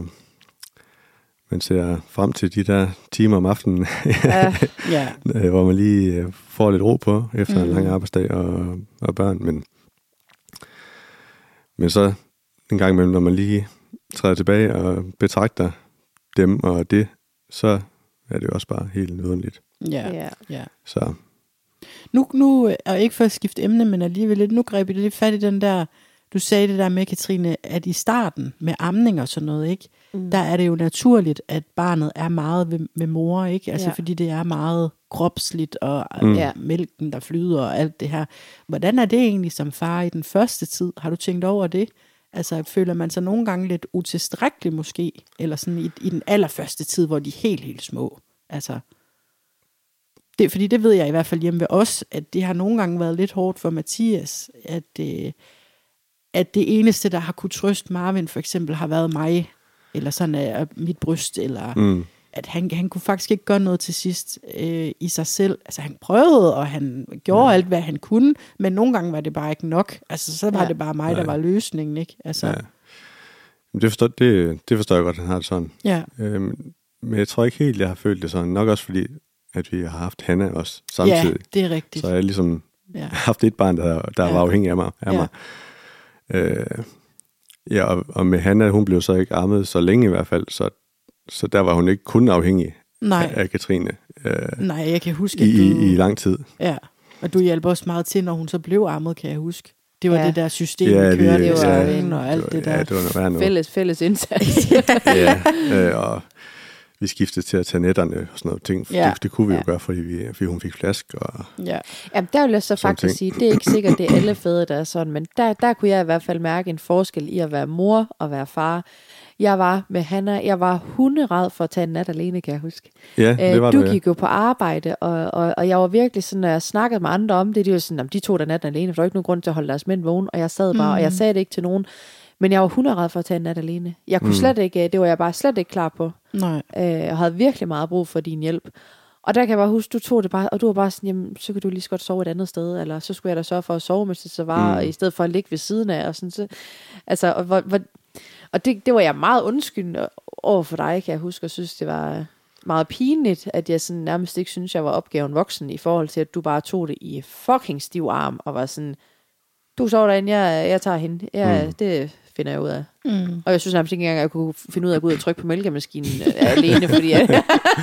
S3: man ser frem til de der timer om aftenen,
S2: ja. Ja.
S3: hvor man lige får lidt ro på efter mm. en lang arbejdsdag og, og børn. Men, men så en gang imellem, når man lige træder tilbage og betragter dem og det, så er det jo også bare helt nødvendigt.
S2: Ja, ja. ja.
S3: Så.
S2: Nu, nu er ikke for at skifte emne, men alligevel lidt, nu greb jeg lidt fat i den der, du sagde det der med, Katrine, at i starten med amning og sådan noget, ikke, mm. der er det jo naturligt, at barnet er meget ved, ved mor, ikke? Altså, ja. Fordi det er meget kropsligt, og mm. ja, mælken, der flyder, og alt det her. Hvordan er det egentlig som far i den første tid? Har du tænkt over det? Altså, føler man sig nogle gange lidt utilstrækkelig måske, eller sådan i, i den allerførste tid, hvor de er helt, helt små? Altså, det, fordi det ved jeg i hvert fald hjemme ved os, at det har nogle gange været lidt hårdt for Mathias, at, øh, at det eneste, der har kunne trøste Marvin for eksempel, har været mig, eller sådan øh, mit bryst, eller mm. at han, han kunne faktisk ikke gøre noget til sidst øh, i sig selv. Altså han prøvede, og han gjorde ja. alt, hvad han kunne, men nogle gange var det bare ikke nok. Altså så var ja. det bare mig, ja. der var løsningen, ikke? Altså.
S3: Ja. Det, forstår, det, det forstår jeg godt, han har det sådan.
S2: Ja.
S3: Øhm, men jeg tror ikke helt, jeg har følt det sådan. Nok også fordi, at vi har haft Hanna også samtidig.
S2: Ja, det er rigtigt.
S3: Så jeg har ligesom
S2: ja.
S3: haft et barn, der, der ja. var afhængig af mig. Af
S2: ja.
S3: mig. Øh, ja, og, og med Hanna, hun blev så ikke ammet så længe i hvert fald, så, så der var hun ikke kun afhængig
S2: Nej.
S3: af, af Katrine. Øh,
S2: Nej, jeg kan huske,
S3: i,
S2: at du...
S3: i, i lang tid.
S2: Ja, og du hjalp også meget til, når hun så blev ammet, kan jeg huske. Det var ja. det der system,
S3: ja,
S2: vi kørte,
S1: det var,
S2: ja, og alt det, det der.
S3: Ja, det var noget
S1: fælles, fælles indsats.
S3: ja, øh, og vi skiftede til at tage netterne og sådan noget ting.
S2: Ja.
S3: Det, det kunne vi jo
S1: ja.
S3: gøre, fordi, vi, fordi hun fik flask. Og
S2: ja.
S1: Jamen, der vil jeg så faktisk sige, det er ikke sikkert, det er alle fædre, der er sådan, men der, der kunne jeg i hvert fald mærke en forskel i at være mor og være far. Jeg var med Hanna, jeg var hunderad for at tage en nat alene, kan jeg huske.
S3: Ja, det var
S1: du
S3: du, ja.
S1: gik jo på arbejde, og, og, og jeg var virkelig sådan, når jeg snakkede med andre om det, de var sådan, de tog der natten alene, for der var ikke nogen grund til at holde deres mænd vågen, og jeg sad bare, mm. og jeg sagde det ikke til nogen, men jeg var hunderad for at tage en nat alene. Jeg kunne mm. slet ikke, det var jeg bare slet ikke klar på.
S2: Nej.
S1: Jeg havde virkelig meget brug for din hjælp. Og der kan jeg bare huske, du tog det bare, og du var bare sådan, jamen, så kan du lige så godt sove et andet sted, eller så skulle jeg da sørge for at sove, mens det så var, mm. i stedet for at ligge ved siden af, og sådan så. Altså, og, hvor, hvor, og det, det var jeg meget undskyldende over for dig, kan jeg huske, og synes, det var meget pinligt, at jeg sådan nærmest ikke synes, jeg var opgaven voksen, i forhold til, at du bare tog det i fucking stiv arm, og var sådan, du sover derinde, jeg, jeg tager hende, jeg, mm. det finder jeg ud af. Mm. Og jeg synes nærmest ikke engang, at jeg kunne finde ud af at gå ud og trykke på mælkemaskinen øh, alene, fordi jeg...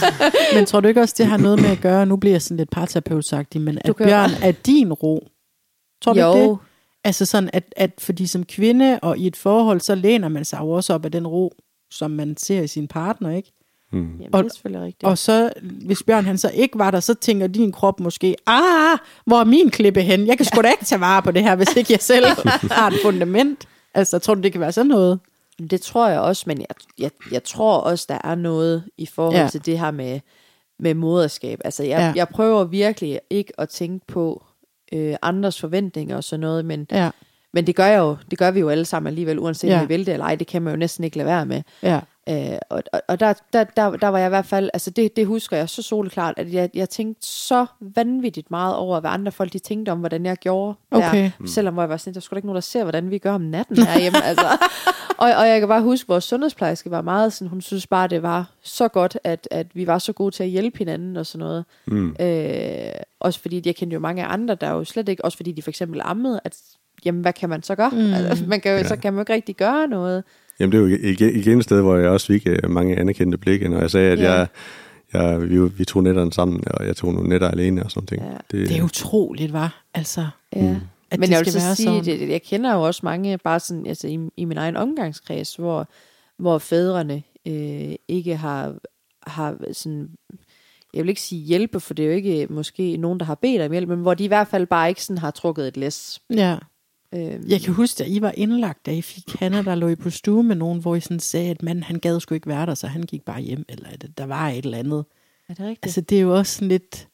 S2: Men tror du ikke også, det har noget med at gøre, nu bliver jeg sådan lidt parterapeut-sagtig, men at Bjørn er din ro? Tror du
S1: jo.
S2: ikke det? Altså sådan, at, at fordi som kvinde og i et forhold, så læner man sig jo også op af den ro, som man ser i sin partner, ikke?
S3: Mm.
S1: Jamen,
S2: og,
S1: det er selvfølgelig rigtigt.
S2: Og så, hvis Bjørn han så ikke var der, så tænker din krop måske, ah, hvor er min klippe hen? Jeg kan sgu da ikke tage vare på det her, hvis ikke jeg selv har et fundament. Altså, tror du, det kan være sådan noget?
S1: Det tror jeg også, men jeg, jeg, jeg tror også, der er noget i forhold ja. til det her med, med moderskab. Altså, jeg, ja. jeg prøver virkelig ikke at tænke på øh, andres forventninger og sådan noget, men,
S2: ja.
S1: men det gør jeg jo, det gør vi jo alle sammen alligevel, uanset
S2: ja.
S1: om vi vil det eller ej, det kan man jo næsten ikke lade være med.
S2: Ja.
S1: Øh, og og der, der, der, der var jeg i hvert fald, altså det, det husker jeg så soleklart, at jeg, jeg tænkte så vanvittigt meget over, hvad andre folk de tænkte om, hvordan jeg gjorde
S2: okay.
S1: der. Mm. Selvom hvor jeg var sådan, der skulle ikke nogen, der ser, hvordan vi gør om natten herhjemme. altså. og, og jeg kan bare huske, at vores sundhedsplejerske var meget sådan, hun synes bare, det var så godt, at, at vi var så gode til at hjælpe hinanden og sådan noget. Mm. Øh, også fordi, jeg kendte jo mange andre, der jo slet ikke, også fordi de for eksempel ammede, at jamen, hvad kan man så gøre? Mm. Altså, man kan jo, ja. Så kan man jo ikke rigtig gøre noget.
S3: Jamen, det er jo igen, igen et sted, hvor jeg også fik mange anerkendte blikke, når jeg sagde, at ja. jeg, jeg, vi, vi tog netterne sammen, og jeg tog nogle netter alene og sådan ting.
S2: Ja. Det, det er utroligt, var altså.
S1: Ja. Mm. Men jeg vil så sige, det, jeg kender jo også mange, bare sådan, altså i, i min egen omgangskreds, hvor, hvor fædrene øh, ikke har, har sådan, jeg vil ikke sige hjælpe, for det er jo ikke måske nogen, der har bedt om hjælp, men hvor de i hvert fald bare ikke sådan har trukket et læs.
S2: Ja. Jeg kan huske, at I var indlagt, da I fik Hanna, der lå I på stue med nogen, hvor I sådan sagde, at manden, han gad sgu ikke være der, så han gik bare hjem, eller at der var et eller andet.
S1: Er det rigtigt?
S2: Altså, det er jo også sådan lidt,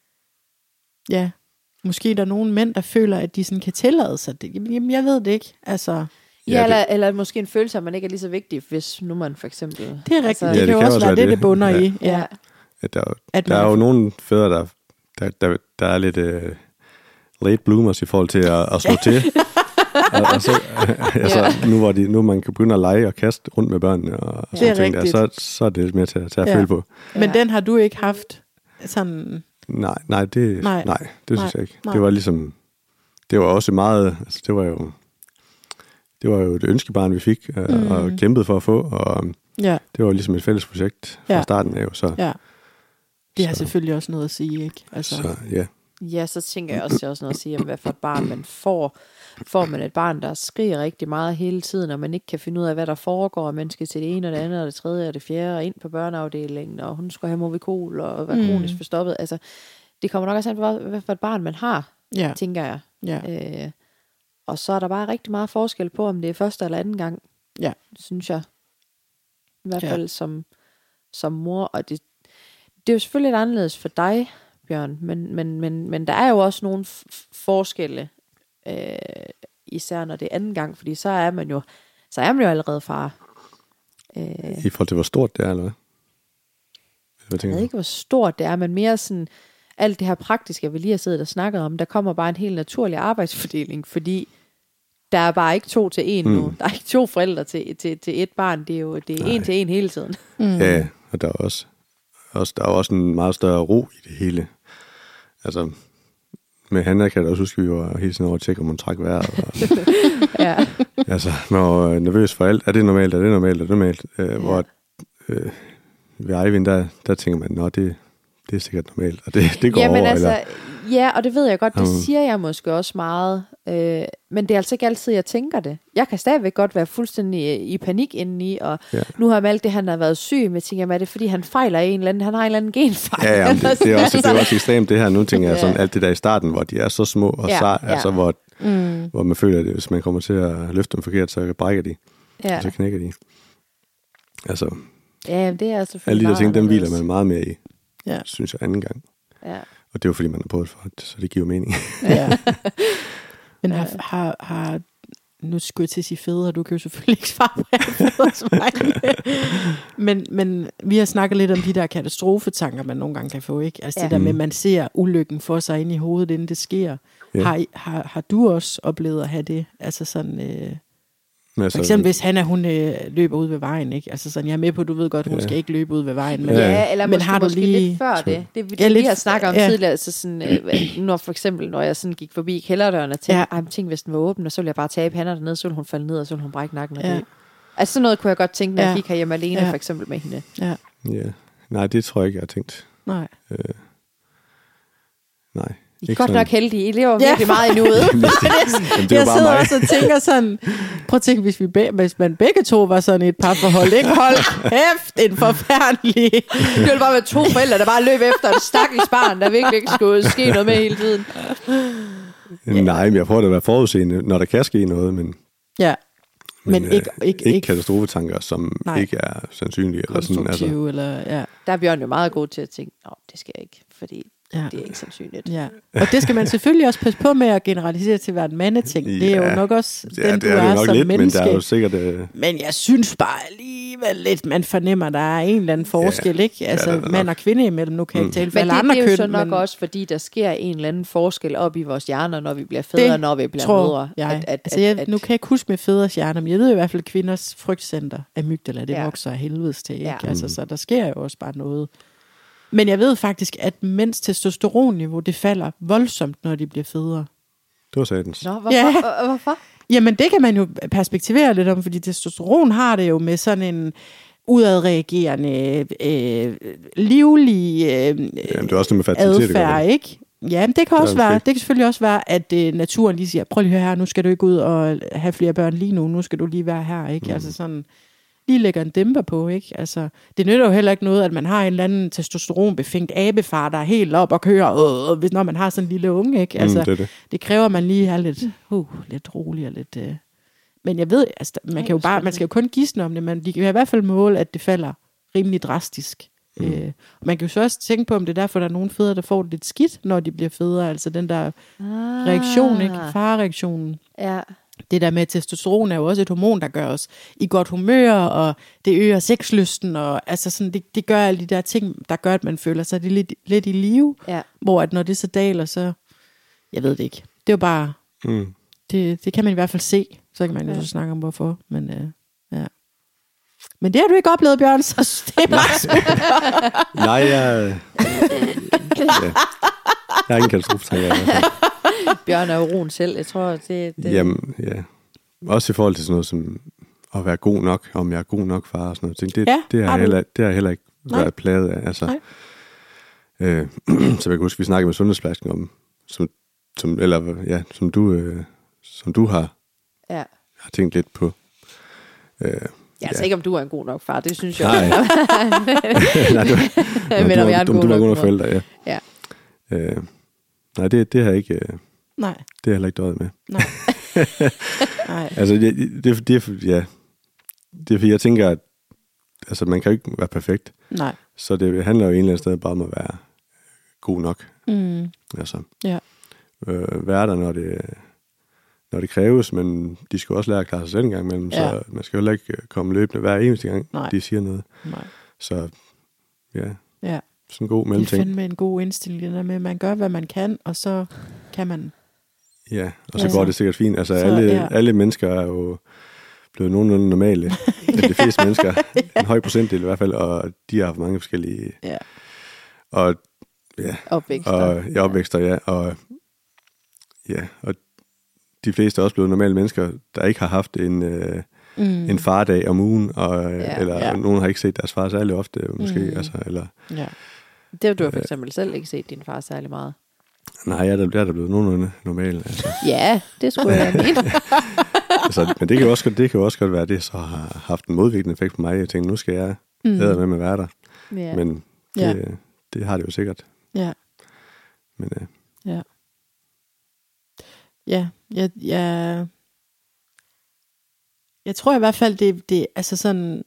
S2: ja, måske der er nogle mænd, der føler, at de sådan kan tillade sig det. Jamen, jeg ved det ikke, altså.
S1: Ja, ja eller, eller måske en følelse, at man ikke er lige så vigtig, hvis nu man for eksempel...
S2: Det er rigtigt,
S1: altså,
S2: det, ja, det kan jo også være det, det, det bunder ja. i. Ja.
S3: Ja, der, at der er jo nogle fædre, der, der, der, der er lidt... Uh, late bloomers i forhold til at, at slå til. og, og så, altså, ja. nu, hvor de, nu man kan begynde at lege og kaste rundt med børnene, og, og sådan ting der, så, så er det lidt mere til, til at ja. føle på.
S2: Men ja. Den har du ikke haft sådan...
S3: Nej, nej, det, nej. nej, det
S2: nej.
S3: synes jeg ikke.
S2: Nej.
S3: Det var ligesom, det var også meget, altså det var jo, det var jo et ønskebarn, vi fik, mm. og kæmpede for at få, og
S2: ja.
S3: Det var ligesom et fælles projekt fra ja. starten af, så.
S2: Ja. Det har
S3: så.
S2: selvfølgelig også noget at sige, ikke? Altså.
S3: Så, ja.
S1: Ja, så tænker jeg også, det er også noget at sige om, hvad for et barn man får. Får man et barn, der skriger rigtig meget hele tiden, og man ikke kan finde ud af, hvad der foregår, og man skal til det ene og det andet, og det tredje og det fjerde, og ind på børneafdelingen, og hun skal have Movicol, og være kronisk forstoppet. Altså, det kommer nok også an på, hvad for et barn man har,
S2: ja.
S1: tænker jeg.
S2: Ja.
S1: Øh, og så er der bare rigtig meget forskel på, om det er første eller anden gang,
S2: ja.
S1: synes jeg. I hvert
S2: ja.
S1: fald som, som mor, og det, det er jo selvfølgelig lidt anderledes for dig, Bjørn, men, men, men, men der er jo også nogle f- forskelle, øh, især når det er anden gang, fordi så er man jo, så er man jo allerede far.
S3: Øh, I forhold til, hvor stort det er, eller hvad?
S1: Hvad jeg ved ikke, hvor stort det er, men mere sådan, alt det her praktiske, vi lige har siddet og snakket om, der kommer bare en helt naturlig arbejdsfordeling, fordi der er bare ikke to til en mm. nu. Der er ikke to forældre til, til, til et barn, det er jo det er en til en hele tiden.
S3: Mm. Ja, og der er også også, der er også en meget større ro i det hele. Altså, med Hanna kan jeg da også huske, at vi var hele tiden over at tjekke, om hun træk vejret. Og,
S1: Ja.
S3: altså, man var nervøs for alt. Er det normalt? Er det normalt? Er det normalt? Øh,
S1: Ja.
S3: Hvor øh, ved Eivind, der, der tænker man, nå, det, det er sikkert normalt, og det, det går
S1: Jamen
S3: over.
S1: altså,
S3: Eller,
S1: ja, og det ved jeg godt, det
S3: Um.
S1: siger jeg måske også meget, øh, men det er altså ikke altid, jeg tænker det. Jeg kan stadigvæk godt være fuldstændig i, i panik indeni, og
S3: Ja.
S1: nu har med alt det, han har været syg med, tænker jeg, er det fordi, han fejler en eller anden, han har en eller anden genfejl.
S3: ja, ja, det, det, er også, det er også ekstremt det her. Nu tænker jeg sådan,
S1: Ja.
S3: alt det der i starten, hvor de er så små og
S1: Ja,
S3: sej,
S1: ja.
S3: altså hvor,
S2: Mm.
S3: hvor man føler, at hvis man kommer til at løfte dem forkert, så brækker de,
S1: Ja,
S3: og så knækker de. Altså,
S1: ja det er selvfølgelig
S3: alle de der
S1: meget
S3: ting, dem hviler
S1: anderledes.
S3: man meget mere i,
S2: Ja.
S3: synes jeg, anden gang.
S1: Ja.
S3: Og det er jo fordi, man har prøvet for det, så det giver mening.
S2: Ja. Men har, har, har, nu skulle jeg til at sige fædre, du kan jo selvfølgelig ikke svare på alle fædres vegne. men, men vi har snakket lidt om de der katastrofetanker, man nogle gange kan få, ikke? Altså
S1: Ja.
S2: det der med, at man ser ulykken for sig ind i hovedet, inden det sker.
S3: Ja.
S2: Har, I- har, har du også oplevet at have det? Altså sådan... Øh,
S3: Men
S2: for eksempel hvis Hanna, hun øh, løber ud ved vejen, ikke? Altså sådan, jeg er med på, du ved godt, hun
S3: Ja.
S2: skal ikke løbe ud ved vejen, men
S3: Ja.
S1: Ja, eller
S2: Men
S1: måske,
S2: har du
S1: måske
S2: lige-
S1: lidt før det. Det, det
S2: Ja,
S1: ja,
S2: lidt
S1: vi har
S2: f-
S1: snakket om
S2: ja.
S1: tidligere, altså sådan, øh, når for eksempel, når jeg sådan gik forbi kælderdøren og tænkte,
S2: Ja.
S1: ej, men tænk, hvis den var åben, og så ville jeg bare tabe hænder dernede, så ville hun falde ned, og så ville hun brække nakken og
S2: Ja.
S1: dø. Altså sådan noget kunne jeg godt tænke, når
S2: Ja.
S1: jeg gik herhjemme alene,
S2: Ja.
S1: for eksempel med hende.
S2: ja,
S3: Ja. Nej, det tror jeg ikke, jeg har tænkt.
S2: nej.
S3: Øh, nej.
S1: I er godt nok heldige. I lever
S2: Ja.
S1: virkelig meget i nuet.
S3: Jamen, det er jo
S2: Jeg
S3: bare
S2: sidder
S3: mig.
S2: også og tænker sådan, prøv at tænke, hvis, vi be, hvis man begge to var sådan et parforhold, ikke? Hold kæft, en forfærdelig...
S1: Det ville bare være to forældre, der bare løb efter et stakkels barn, der virkelig ikke skulle ske noget med hele tiden.
S3: Nej, men jeg prøver da at være forudseende, når der kan ske noget, men,
S2: Ja, men,
S3: men
S2: ikke,
S3: øh,
S2: ikke,
S3: ikke
S2: ikke
S3: katastrofetanker, som
S2: Nej.
S3: ikke er sandsynlige. Eller sådan, altså.
S2: konstruktive, eller... Ja,
S1: Der er Bjørn jo meget god til at tænke, nå, det skal jeg ikke, fordi
S2: ja.
S1: det er ikke sandsynligt.
S2: Ja, og det skal man selvfølgelig også passe på med at generalisere til at være en mandeting. Det er jo
S3: Ja.
S2: nok også
S3: Ja,
S2: den,
S3: det
S2: du
S3: er
S2: er,
S3: det nok
S2: som
S3: lidt, men
S2: menneske.
S3: der er jo sikkert... Øh,
S2: Men jeg synes bare alligevel lidt, man fornemmer, at der er en eller anden forskel,
S3: Ja,
S2: ikke? Altså
S3: ja, det er
S2: mand
S3: nok.
S2: og kvinde imellem. Nu kan jeg ikke tale for
S1: Men
S2: alle
S1: det,
S2: andre
S1: det er jo
S2: køn.
S1: så nok
S2: men
S1: også, fordi der sker en eller anden forskel op i vores hjerner, når vi bliver fædre,
S2: Det
S1: når vi bliver
S2: tror
S1: mødre.
S2: jeg.
S1: At, at,
S2: altså, jeg,
S1: at,
S2: nu kan jeg ikke huske med fædres hjerner, men jeg ved i hvert fald, at kvinders frygtcenter amygdala, det
S1: Ja.
S2: vokser af helvedes til. Ikke?
S1: Ja.
S2: Altså, så der sker jo også bare noget. Men jeg ved faktisk, at mænds testosteronniveau, det falder voldsomt, når de bliver fædre.
S3: det var satans.
S1: Nå, hvorfor?
S2: Ja.
S1: Ja. Hvorfor?
S2: Jamen, det kan man jo perspektivere lidt om, fordi testosteron har det jo med sådan en udadreagerende, øh, livlig øh,
S3: Jamen, det er også noget med fertilitet. det gør
S2: adfærd,
S3: det.
S2: ikke? Ja, men det kan
S3: er
S2: også
S3: det
S2: være.
S3: måske.
S2: Det kan selvfølgelig også være, at øh, naturen lige siger, prøv lige at høre her, nu skal du ikke ud og have flere børn lige nu, nu skal du lige være her, ikke? Mm. Altså sådan, lige lægger en dæmper på, ikke? Altså, det nytter jo heller ikke noget, at man har en eller anden testosteronbefængt abefar, der er helt op og kører, øh, hvis når man har sådan en lille unge, ikke? Altså,
S3: Mm, det er det.
S2: det kræver, at man lige er lidt, uh, lidt rolig og lidt... Øh. Men jeg ved, altså, man,
S1: Ej,
S2: kan jo
S1: hvor
S2: bare, man
S1: spændende.
S2: skal jo kun gisne om det, men de kan i hvert fald måle, at det falder rimelig drastisk. Mm. Øh, og man kan jo så også tænke på, om det er derfor, der er nogle fædre, der får det lidt skidt, når de bliver fædre. Altså den der
S1: Ah.
S2: reaktion, ikke? Farreaktionen.
S1: Ja.
S2: Det der med testosteron er jo også et hormon, der gør os i godt humør, og det øger sexlysten, og altså sådan, det, det gør alle de der ting, der gør, at man føler sig lidt, lidt i live.
S1: Ja.
S2: Hvor at når det så daler, så... Jeg ved det ikke. Det er jo bare...
S3: Mm.
S2: Det, det kan man i hvert fald se. Så kan man jo ja. så snakke om, hvorfor. Men, øh, ja. Men det har du ikke oplevet, Bjørn, så det er bare super.
S3: Nej, jeg... ja. Jeg har ingen katastrofetanker. i hvert fald.
S1: Bjørn er jo roen selv. Jeg tror, det... det
S3: Jamen, ja. Også i forhold til sådan noget som at være god nok, om jeg er god nok far og sådan noget ting. Det,
S2: Ja,
S3: det, har
S2: har
S3: jeg
S2: du?
S3: heller, det har jeg heller ikke
S2: Nej.
S3: været plaget af. Altså,
S2: Nej.
S3: øh, så jeg kan huske, vi snakkede med sundhedsplejersken om, som, som, eller, ja, som, du, øh, som du har,
S1: ja.
S3: har tænkt lidt på. Øh,
S1: Ja, altså ikke om du er en god nok far, det synes jeg.
S3: Nej. nej, du, nej,
S1: Men
S3: du,
S1: om jeg er
S3: var-
S1: en
S3: du,
S1: god
S3: du var
S1: nok
S3: god nok
S1: mor.
S3: forældre, ja.
S1: Ja.
S3: Øh, nej, det, det har jeg ikke, øh, det
S2: Nej,
S3: har jeg heller ikke døjet med.
S2: nej. nej.
S3: Altså, det, det, det, det, ja, det er fordi, jeg tænker, at altså, man kan jo ikke være perfekt.
S2: Nej.
S3: Så det handler jo en eller anden sted bare om at være god nok.
S2: Mm.
S3: Altså,
S2: Ja.
S3: øh, være der, når det, når det kræves, men de skal også lære at klare sig selv en gang imellem,
S2: Ja.
S3: så man skal jo heller ikke komme løbende hver eneste gang,
S2: Nej.
S3: de siger noget.
S2: Nej.
S3: Så ja,
S2: Ja.
S3: sådan en god
S2: Det er
S3: mellemting.
S2: fandme en god indstilling, det der med, at man gør, hvad man kan, og så kan man...
S3: Ja, og så
S2: Ja.
S3: går det sikkert fint. Altså,
S2: Så,
S3: alle,
S2: ja.
S3: alle mennesker er jo blevet nogenlunde normale. De fleste mennesker, en høj procentdel i hvert fald, og de har haft mange forskellige
S2: Ja.
S3: og ja,
S1: Opvækster.
S3: og ja, opvækster, ja, og ja, og de fleste er også blevet normale mennesker, der ikke har haft en, øh, mm. en fardag om ugen, og,
S1: ja,
S3: eller
S1: ja.
S3: nogen har ikke set deres far særlig ofte, måske, mm. altså, eller...
S2: Ja.
S1: Det har du for eksempel selv ikke set din far særlig meget.
S3: Nej, jeg er der, der er der blevet nogenlunde normal, altså.
S1: Ja, det skulle jeg mene.
S3: altså, men det kan jo også, det kan jo også godt være, at det så har haft en modvirkende effekt på mig. Jeg tænkte, nu skal jeg mm. æde med med at være der.
S1: Ja.
S3: Men det,
S2: Ja.
S3: det har det jo sikkert.
S2: Ja.
S3: Men, øh,
S2: Ja. Ja, jeg, jeg, jeg tror i hvert fald, det, det altså sådan,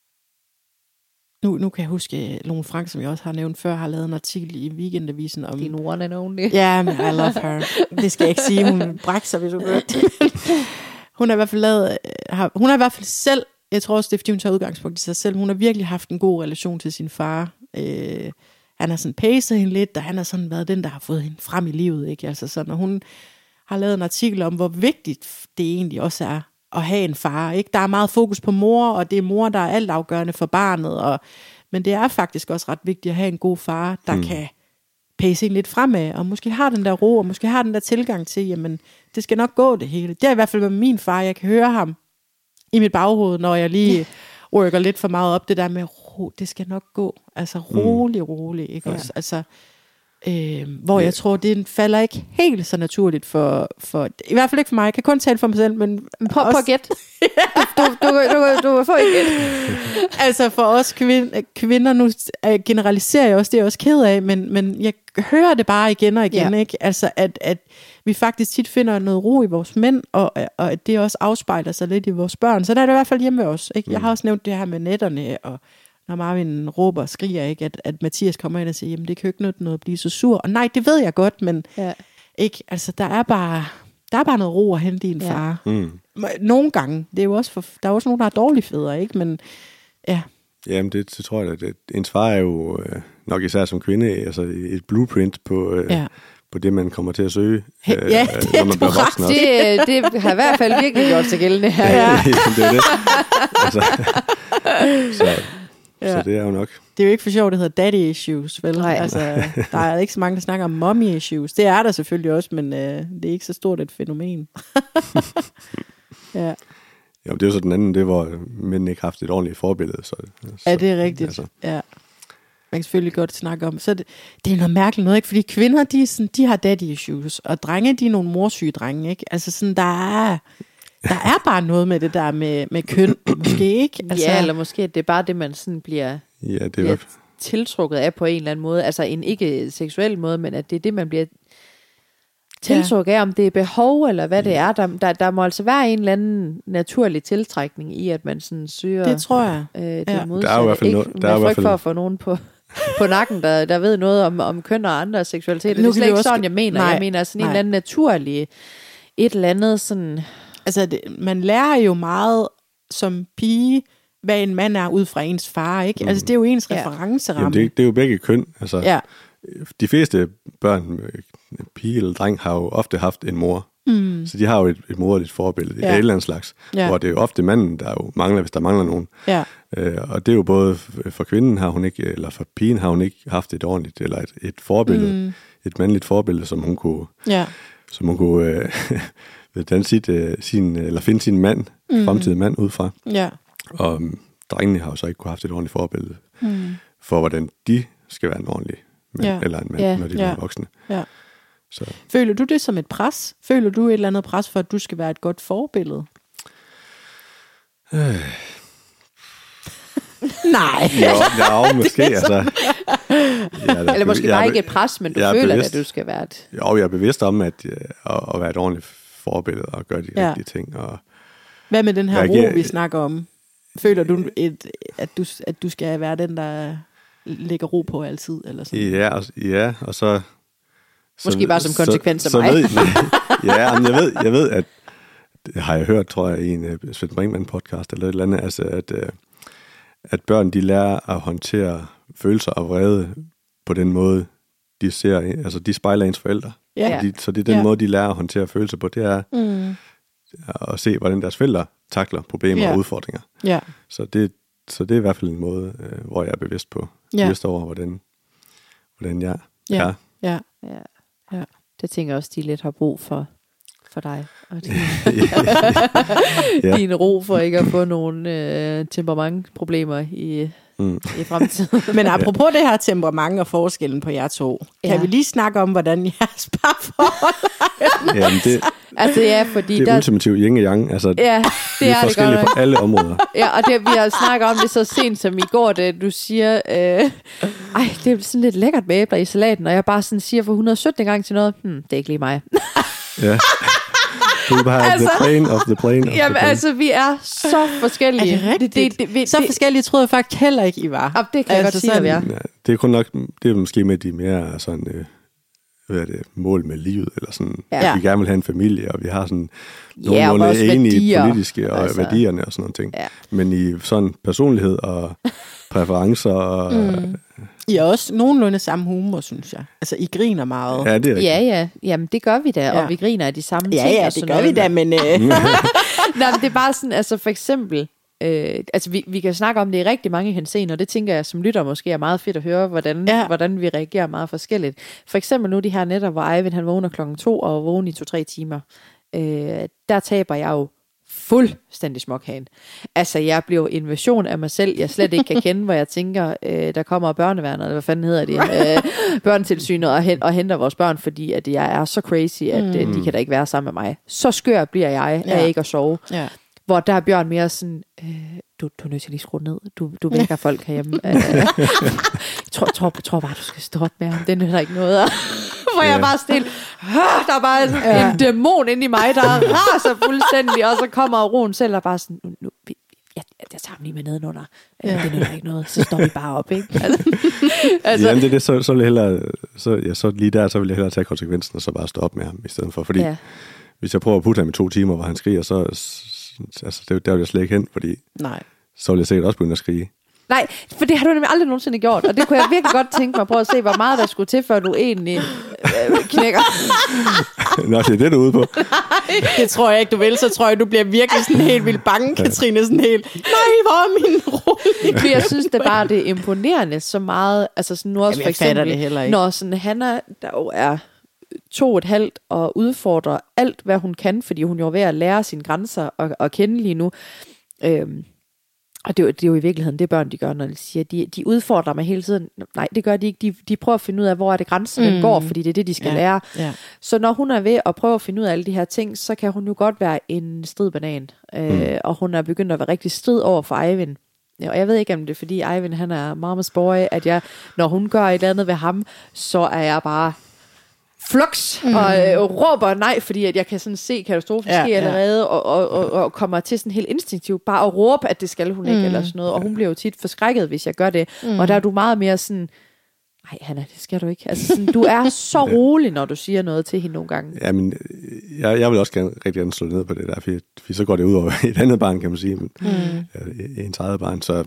S2: nu, nu kan jeg huske, Lone Frank, som jeg også har nævnt før, har lavet en artikel i Weekendavisen om...
S1: Din one and only.
S2: Ja, men I love her. Det skal jeg ikke sige, hun brækker sig, hvis du gør det. Hun har i hvert fald lavet, har, hun har i hvert fald selv, jeg tror også, det er fordi hun tager udgangspunkt i sig selv, hun har virkelig haft en god relation til sin far. Øh, han har sådan pacet hende lidt, og han har sådan været den, der har fået hende frem i livet, ikke? Altså sådan, og hun har lavet en artikel om, hvor vigtigt det egentlig også er at have en far, ikke? Der er meget fokus på mor, og det er mor, der er altafgørende for barnet, og, men det er faktisk også ret vigtigt at have en god far, der mm. kan pace en lidt fremad, og måske har den der ro, og måske har den der tilgang til, jamen, det skal nok gå det hele. Det er i hvert fald med min far, jeg kan høre ham i mit baghoved, når jeg lige rykker lidt for meget op, det der med, ro, det skal nok gå, altså rolig, rolig, ikke ja. Også, altså, øh, hvor ja. Jeg tror, det falder ikke helt så naturligt for, for, i hvert fald ikke for mig, jeg kan kun tale for mig selv, men
S1: prøv at gætte. du, du, du, du, du får ikke gætte.
S2: Altså for os kvinder, kvinder nu generaliserer jeg også, det er jeg også ked af, men, men jeg hører det bare igen og igen, ja. Ikke? Altså at, at vi faktisk tit finder noget ro i vores mænd, og, og at det også afspejler sig lidt i vores børn. Så der er det i hvert fald hjemme ved os. Ikke? Jeg har også nævnt det her med netterne, og når Marvin råber og skriger, ikke? At, at Mathias kommer ind og siger, jamen det kan jo ikke noget, noget at blive så sur. Og nej, det ved jeg godt, men ja. Ikke, altså, der er bare... Der er bare noget ro at hente i en ja. Far. Mm. Nogle gange. Det er jo også for, der er også nogen, der har dårlige fædre, ikke? Men ja.
S3: Jamen, det, det tror jeg, at ens far er jo øh, nok især som kvinde, altså et blueprint på, øh, ja. På det, man kommer til at søge, øh,
S2: ja, det
S3: når man bliver voksen.
S1: Det, det har i hvert fald virkelig gjort sig gældende her.
S3: Ja, ja. det er det. Altså, så, ja. Så det er jo nok.
S2: Det er jo ikke for sjovt, det hedder daddy issues, vel?
S1: Nej.
S2: Altså, der er ikke så mange, der snakker om mommy issues. Det er der selvfølgelig også, men øh, det er ikke så stort et fænomen. Ja.
S3: Ja, det er jo så den anden, det hvor mænd ikke har haft et ordentligt forbillede. Så, så,
S2: ja, det er rigtigt. Altså. Ja. Man kan selvfølgelig godt snakke om. Så det, det er noget mærkeligt noget, ikke? Fordi kvinder, de, er sådan, de har daddy issues, og drenge, de er nogle morsyge drenge, ikke? Altså sådan, der er... Der er bare noget med det der med, med køn, måske ikke?
S1: Altså, ja, eller måske det er bare det, man sådan bliver,
S3: ja, det
S1: bliver tiltrukket af på en eller anden måde. Altså en ikke seksuel måde, men at det er det, man bliver tiltrukket af, om det er behov, eller hvad det er. Der, der, der må altså være en eller anden naturlig tiltrækning i, at man sådan søger
S2: det tror jeg.
S1: Øh, det
S2: ja.
S1: modsatte.
S3: Der er jo i hvert fald noget. Der er i hvert fald
S1: for at få nogen på... på nakken, der, der ved noget om, om køn og andre seksualiteter. Det er slet ikke sådan, jeg mener. Nej, jeg mener sådan nej. En eller anden naturlig, et eller andet sådan...
S2: Altså, det, man lærer jo meget som pige, hvad en mand er ud fra ens far, ikke? Mm. Altså, det er jo ens ja. Referenceramme.
S3: Jamen, det, det er jo begge køn. Altså,
S2: ja.
S3: De fleste børn, pige eller dreng, har jo ofte haft en mor. Mm. Så de har jo et, et moderligt forbillede, ja. Et eller andet slags. Ja. Hvor det er jo ofte manden, der jo mangler, hvis der mangler nogen.
S2: Ja.
S3: Øh, og det er jo både for kvinden har hun ikke, eller for pigen har hun ikke haft et ordentligt, eller et, et forbillede, mm. et mandligt forbillede, som hun kunne,
S2: ja.
S3: som hun kunne øh, den sit, øh, sin, eller finde sin mand, mm. fremtidig mand ud fra.
S2: Ja.
S3: Og um, drengene har jo så ikke kunne haft et ordentligt forbillede
S2: mm.
S3: for, hvordan de skal være en ordentlig mand, ja. Eller en mand, ja. Når de bliver ja. Voksne.
S2: Ja. Så. Føler du det som et pres? Føler du et eller andet pres for, at du skal være et godt forbillede?
S3: Øh.
S2: Nej.
S3: Jo, ja, måske. Altså,
S1: ja, eller måske bare ikke et pres, men du føler, bevidst, at du skal være et...
S3: Jo, jeg er bevidst om, at, at, at være et ordentligt forbillede og gøre de ja. Rigtige ting. Og
S2: hvad med den her ro, giver, vi snakker om? Føler du, et, at, du, at du skal være den, der lægger ro på altid? Eller sådan?
S3: Ja, og, ja, og så...
S1: Måske så, bare som konsekvens af
S3: så,
S1: mig.
S3: Så ved, ja, men jeg ved, jeg ved, at det har jeg hørt, tror jeg, i en uh, Svend Brinkmann podcast eller et eller andet, altså at, uh, at børn, de lærer at håndtere følelser og vrede på den måde, de ser, altså de spejler ens forældre.
S2: Ja.
S3: De, så det er den ja. Måde, de lærer at håndtere følelser på, det er
S2: mm.
S3: at se, hvordan deres forældre takler problemer
S2: ja.
S3: Og udfordringer.
S2: Ja.
S3: Så, det, så det er i hvert fald en måde, uh, hvor jeg er bevidst på, ja. Bevidst over, hvordan hvordan jeg
S2: Ja.
S3: er.
S2: Ja.
S1: Ja.
S2: Ja.
S1: Det tænker jeg også, de lidt har brug for, for dig. Og din,
S3: Ja.
S1: din ro for ikke at få nogle øh, temperamentproblemer i,
S3: Mm.
S1: i fremtiden.
S2: Men apropos det her temperament og forskellen på jer to, kan
S1: Ja.
S2: vi lige snakke om, hvordan jeres parforhold er?
S3: Jamen, det,
S1: Altså ja, fordi
S3: det er
S1: der...
S3: ultimativt yin og yang. Altså,
S1: Ja,
S3: vi
S1: det
S3: er
S1: er det godt
S3: forskellige
S1: nok.
S3: på alle områder.
S1: Ja, og det, vi har snakket om det så sent som i går, det du siger, øh, ej, det er sådan lidt lækkert med æbler i salaten, og jeg bare sådan siger for et hundrede og sytten gang til noget, hmm, det er ikke lige mig.
S3: Ja. Du er bare
S1: Altså-
S3: the plane of the plane of
S1: Jamen
S3: the plane.
S1: altså, vi er så forskellige.
S2: Er det rigtigt?
S1: Det, det, det,
S2: Så forskellige troede jeg faktisk heller ikke, I var.
S1: Ja, det kan jeg godt sige, at vi er.
S3: Ja, det er kun nok, det er måske med de mere sådan, øh, hvad er det, mål med livet, eller sådan,
S1: Ja.
S3: ja. Vi gerne vil have en familie, og vi har sådan
S1: Ja, og
S3: nogenlunde
S1: også
S3: enige
S1: værdier.
S3: politiske og
S1: Altså.
S3: altså. værdierne og sådan nogle ting.
S1: Ja.
S3: Men i sådan personlighed og præferencer og
S2: Mm. I er også nogenlunde samme humor, synes jeg. Altså, I griner meget.
S3: ja, det er rigtigt.
S1: Ja, ja. Jamen, det gør vi da,
S2: Ja.
S1: og vi griner af de samme
S2: Ja,
S1: ting.
S2: ja,
S1: og
S2: det
S1: sådan
S2: gør
S1: noget.
S2: vi da, men... Øh,
S1: Nej, men det er bare sådan, altså for eksempel, øh, altså vi, vi kan snakke om det i rigtig mange henseender, og det tænker jeg som lytter måske er meget fedt at høre, hvordan,
S2: Ja.
S1: ja. hvordan vi reagerer meget forskelligt. For eksempel nu de her nætter, hvor Eivind han vågner klokken to og vågner i to-tre timer, øh, der taber jeg jo fuldstændig smokhagen. Altså, jeg bliver invasion af mig selv, jeg slet ikke kan kende, hvor jeg tænker, øh, der kommer børneværnet, eller hvad fanden hedder det, øh, børnetilsynet, og, hen, og henter vores børn, fordi at jeg er så crazy, at mm. øh, de kan da ikke være sammen med mig. Så skør bliver jeg
S2: Ja.
S1: af ikke at sove.
S2: ja.
S1: Hvor der er Bjørn mere sådan, øh, du, du er nødt til lige at skrue ned. Du, du vækker folk herhjemme. Øh, jeg tror, tror, tror bare, du skal stå op med ham. Det nytter ikke noget. Hvor jeg
S3: Ja.
S1: bare stille. Der er bare sådan
S2: Ja.
S1: en dæmon inde i mig, der raser fuldstændig. Og så kommer roen selv og bare sådan, nu, nu, vi- jeg, jeg tager ham lige med nedenunder. Øh,
S2: Ja.
S1: Det nytter ikke noget. Så står vi bare op, ikke? Altså, altså,
S3: Jamen, det er det, så, så vil jeg hellere, så, ja, så lige der, så vil jeg hellere tage konsekvensen, og så bare stå op med ham, i stedet for, fordi
S1: ja.
S3: hvis jeg prøver at putte ham i to timer, hvor han skriger, så, altså, det, der vil jeg slet ikke hen, fordi
S2: Nej.
S3: så vil jeg sikkert også begynde at skrige.
S1: Nej, for det har du nemlig aldrig nogensinde gjort. Og det kunne jeg virkelig godt tænke mig at prøve at se, hvor meget der skulle til, før du egentlig øh, knækker.
S3: Nå, det er det, du er ude på.
S2: Det tror jeg ikke, du vil. Så tror jeg, du bliver virkelig sådan helt vildt bange, Katrine. Sådan helt, nej, hvor er min rolig?
S1: For jeg synes det bare, det er imponerende så meget. Altså sådan nu også
S2: Jamen,
S1: for
S2: jeg fatter
S1: eksempel,
S2: det heller ikke.
S1: når sådan Hanna, der jo er to og et halvt, og udfordrer alt, hvad hun kan, fordi hun jo er ved at lære sine grænser og, og kende lige nu. Øhm, og det er, jo, det er jo i virkeligheden det børn, de gør, når de siger, de, de udfordrer mig hele tiden. Nej, det gør de ikke. De, de prøver at finde ud af, hvor er det grænsen mm. går, fordi det er det, de skal
S2: Ja.
S1: lære.
S2: Ja.
S1: Så når hun er ved at prøve at finde ud af alle de her ting, så kan hun jo godt være en stridbanan. Mm. Øh, og hun er begyndt at være rigtig strid over for Eivind. Ja, og jeg ved ikke, om det er fordi Eivind, han er mamas boy, at jeg, når hun gør et eller andet ved ham, så er jeg bare flux mm. og øh, råber nej, fordi at jeg kan sådan se katastrofen
S2: Ja,
S1: ske
S2: ja.
S1: allerede, og, og, og, og kommer til sådan helt instinktivt bare at råbe, at det skal hun ikke,
S2: Mm.
S1: eller sådan noget. Og hun bliver jo tit forskrækket, hvis jeg gør det. Mm. Og der er du meget mere sådan, nej Hanna, det skal du ikke. Altså sådan, du er så rolig, når du siger noget til hende nogle gange.
S3: Ja, men jeg, jeg vil også gerne, rigtig gerne slå ned på det der, fordi, fordi så går det ud over et andet barn, kan man sige. Men,
S2: Mm.
S3: ja, ens eget barn, så...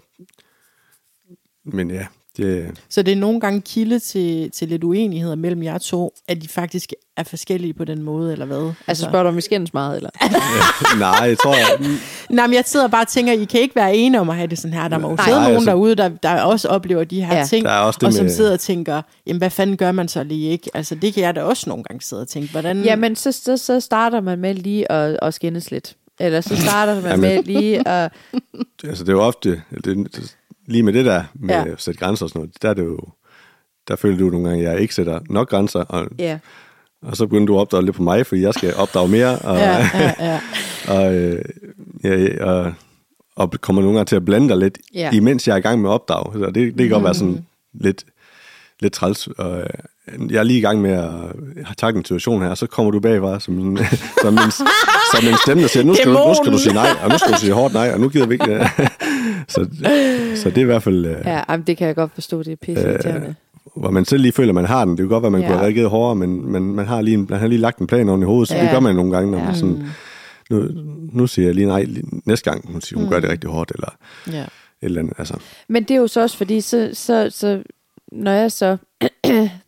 S3: Men ja, det...
S2: Så det er nogle gange kilde til, til lidt uenigheder mellem jer to, at de faktisk er forskellige på den måde, eller hvad?
S1: Altså spørger du, om vi skændes meget, eller?
S3: Nej, jeg tror... Jeg,
S2: Nej, men jeg sidder bare og tænker, I kan ikke være enige om at have det sådan her. Der må jo
S1: Nej.
S2: sidde
S3: Nej,
S2: nogen
S3: altså-
S2: derude, der, der også oplever de her
S1: Ja.
S2: ting,
S3: Der er også det
S2: og som
S3: med-
S2: sidder og tænker, jamen hvad fanden gør man så lige ikke? Altså det kan jeg da også nogle gange sidde og tænke, hvordan...
S1: Jamen, så, så, så starter man med lige at, at skændes lidt. Eller så starter man
S3: Jamen.
S1: med lige at...
S3: altså, det er jo ofte... Det, lige med det der, med
S2: Ja.
S3: ja. at sætte grænser og sådan noget, der er det jo... Der føler du nogle gange, at jeg ikke sætter nok grænser, og,
S1: Ja.
S3: og så begynder du at opdrage lidt på mig, fordi jeg skal opdrage mere, og,
S2: Ja, ja, ja.
S3: og, øh, ja, og, og kommer nogle gange til at blande dig lidt,
S1: Ja.
S3: ja. imens jeg er i gang med at opdrage. Så det, det kan godt være sådan lidt, lidt træls. Og, øh, jeg er lige i gang med at have taget en situation her, og så kommer du bagfra som, en- som, en, som en stemme, der siger, nu skal, du, nu skal du sige nej, og nu skal du sige hårdt nej, og nu gider vi ikke. så, så det er i hvert fald... Øh,
S1: Ja, jamen, det kan jeg godt forstå, det er pisse irriterende.
S3: hvor man selv lige føler, at man har den. Det kan godt være, at man
S1: Ja.
S3: ja. kunne have reageret hårdere, men, men man, har lige en, man har lige lagt en plan oven i hovedet, så
S1: Ja.
S3: det gør man nogle gange, når
S1: Ja.
S3: man sådan, nu, nu siger jeg lige nej lige, næste gang, hun siger, hun gør det rigtig hårdt, eller
S2: Ja.
S3: et eller andet. Altså.
S1: Men det er jo så også fordi, så, så, så når jeg så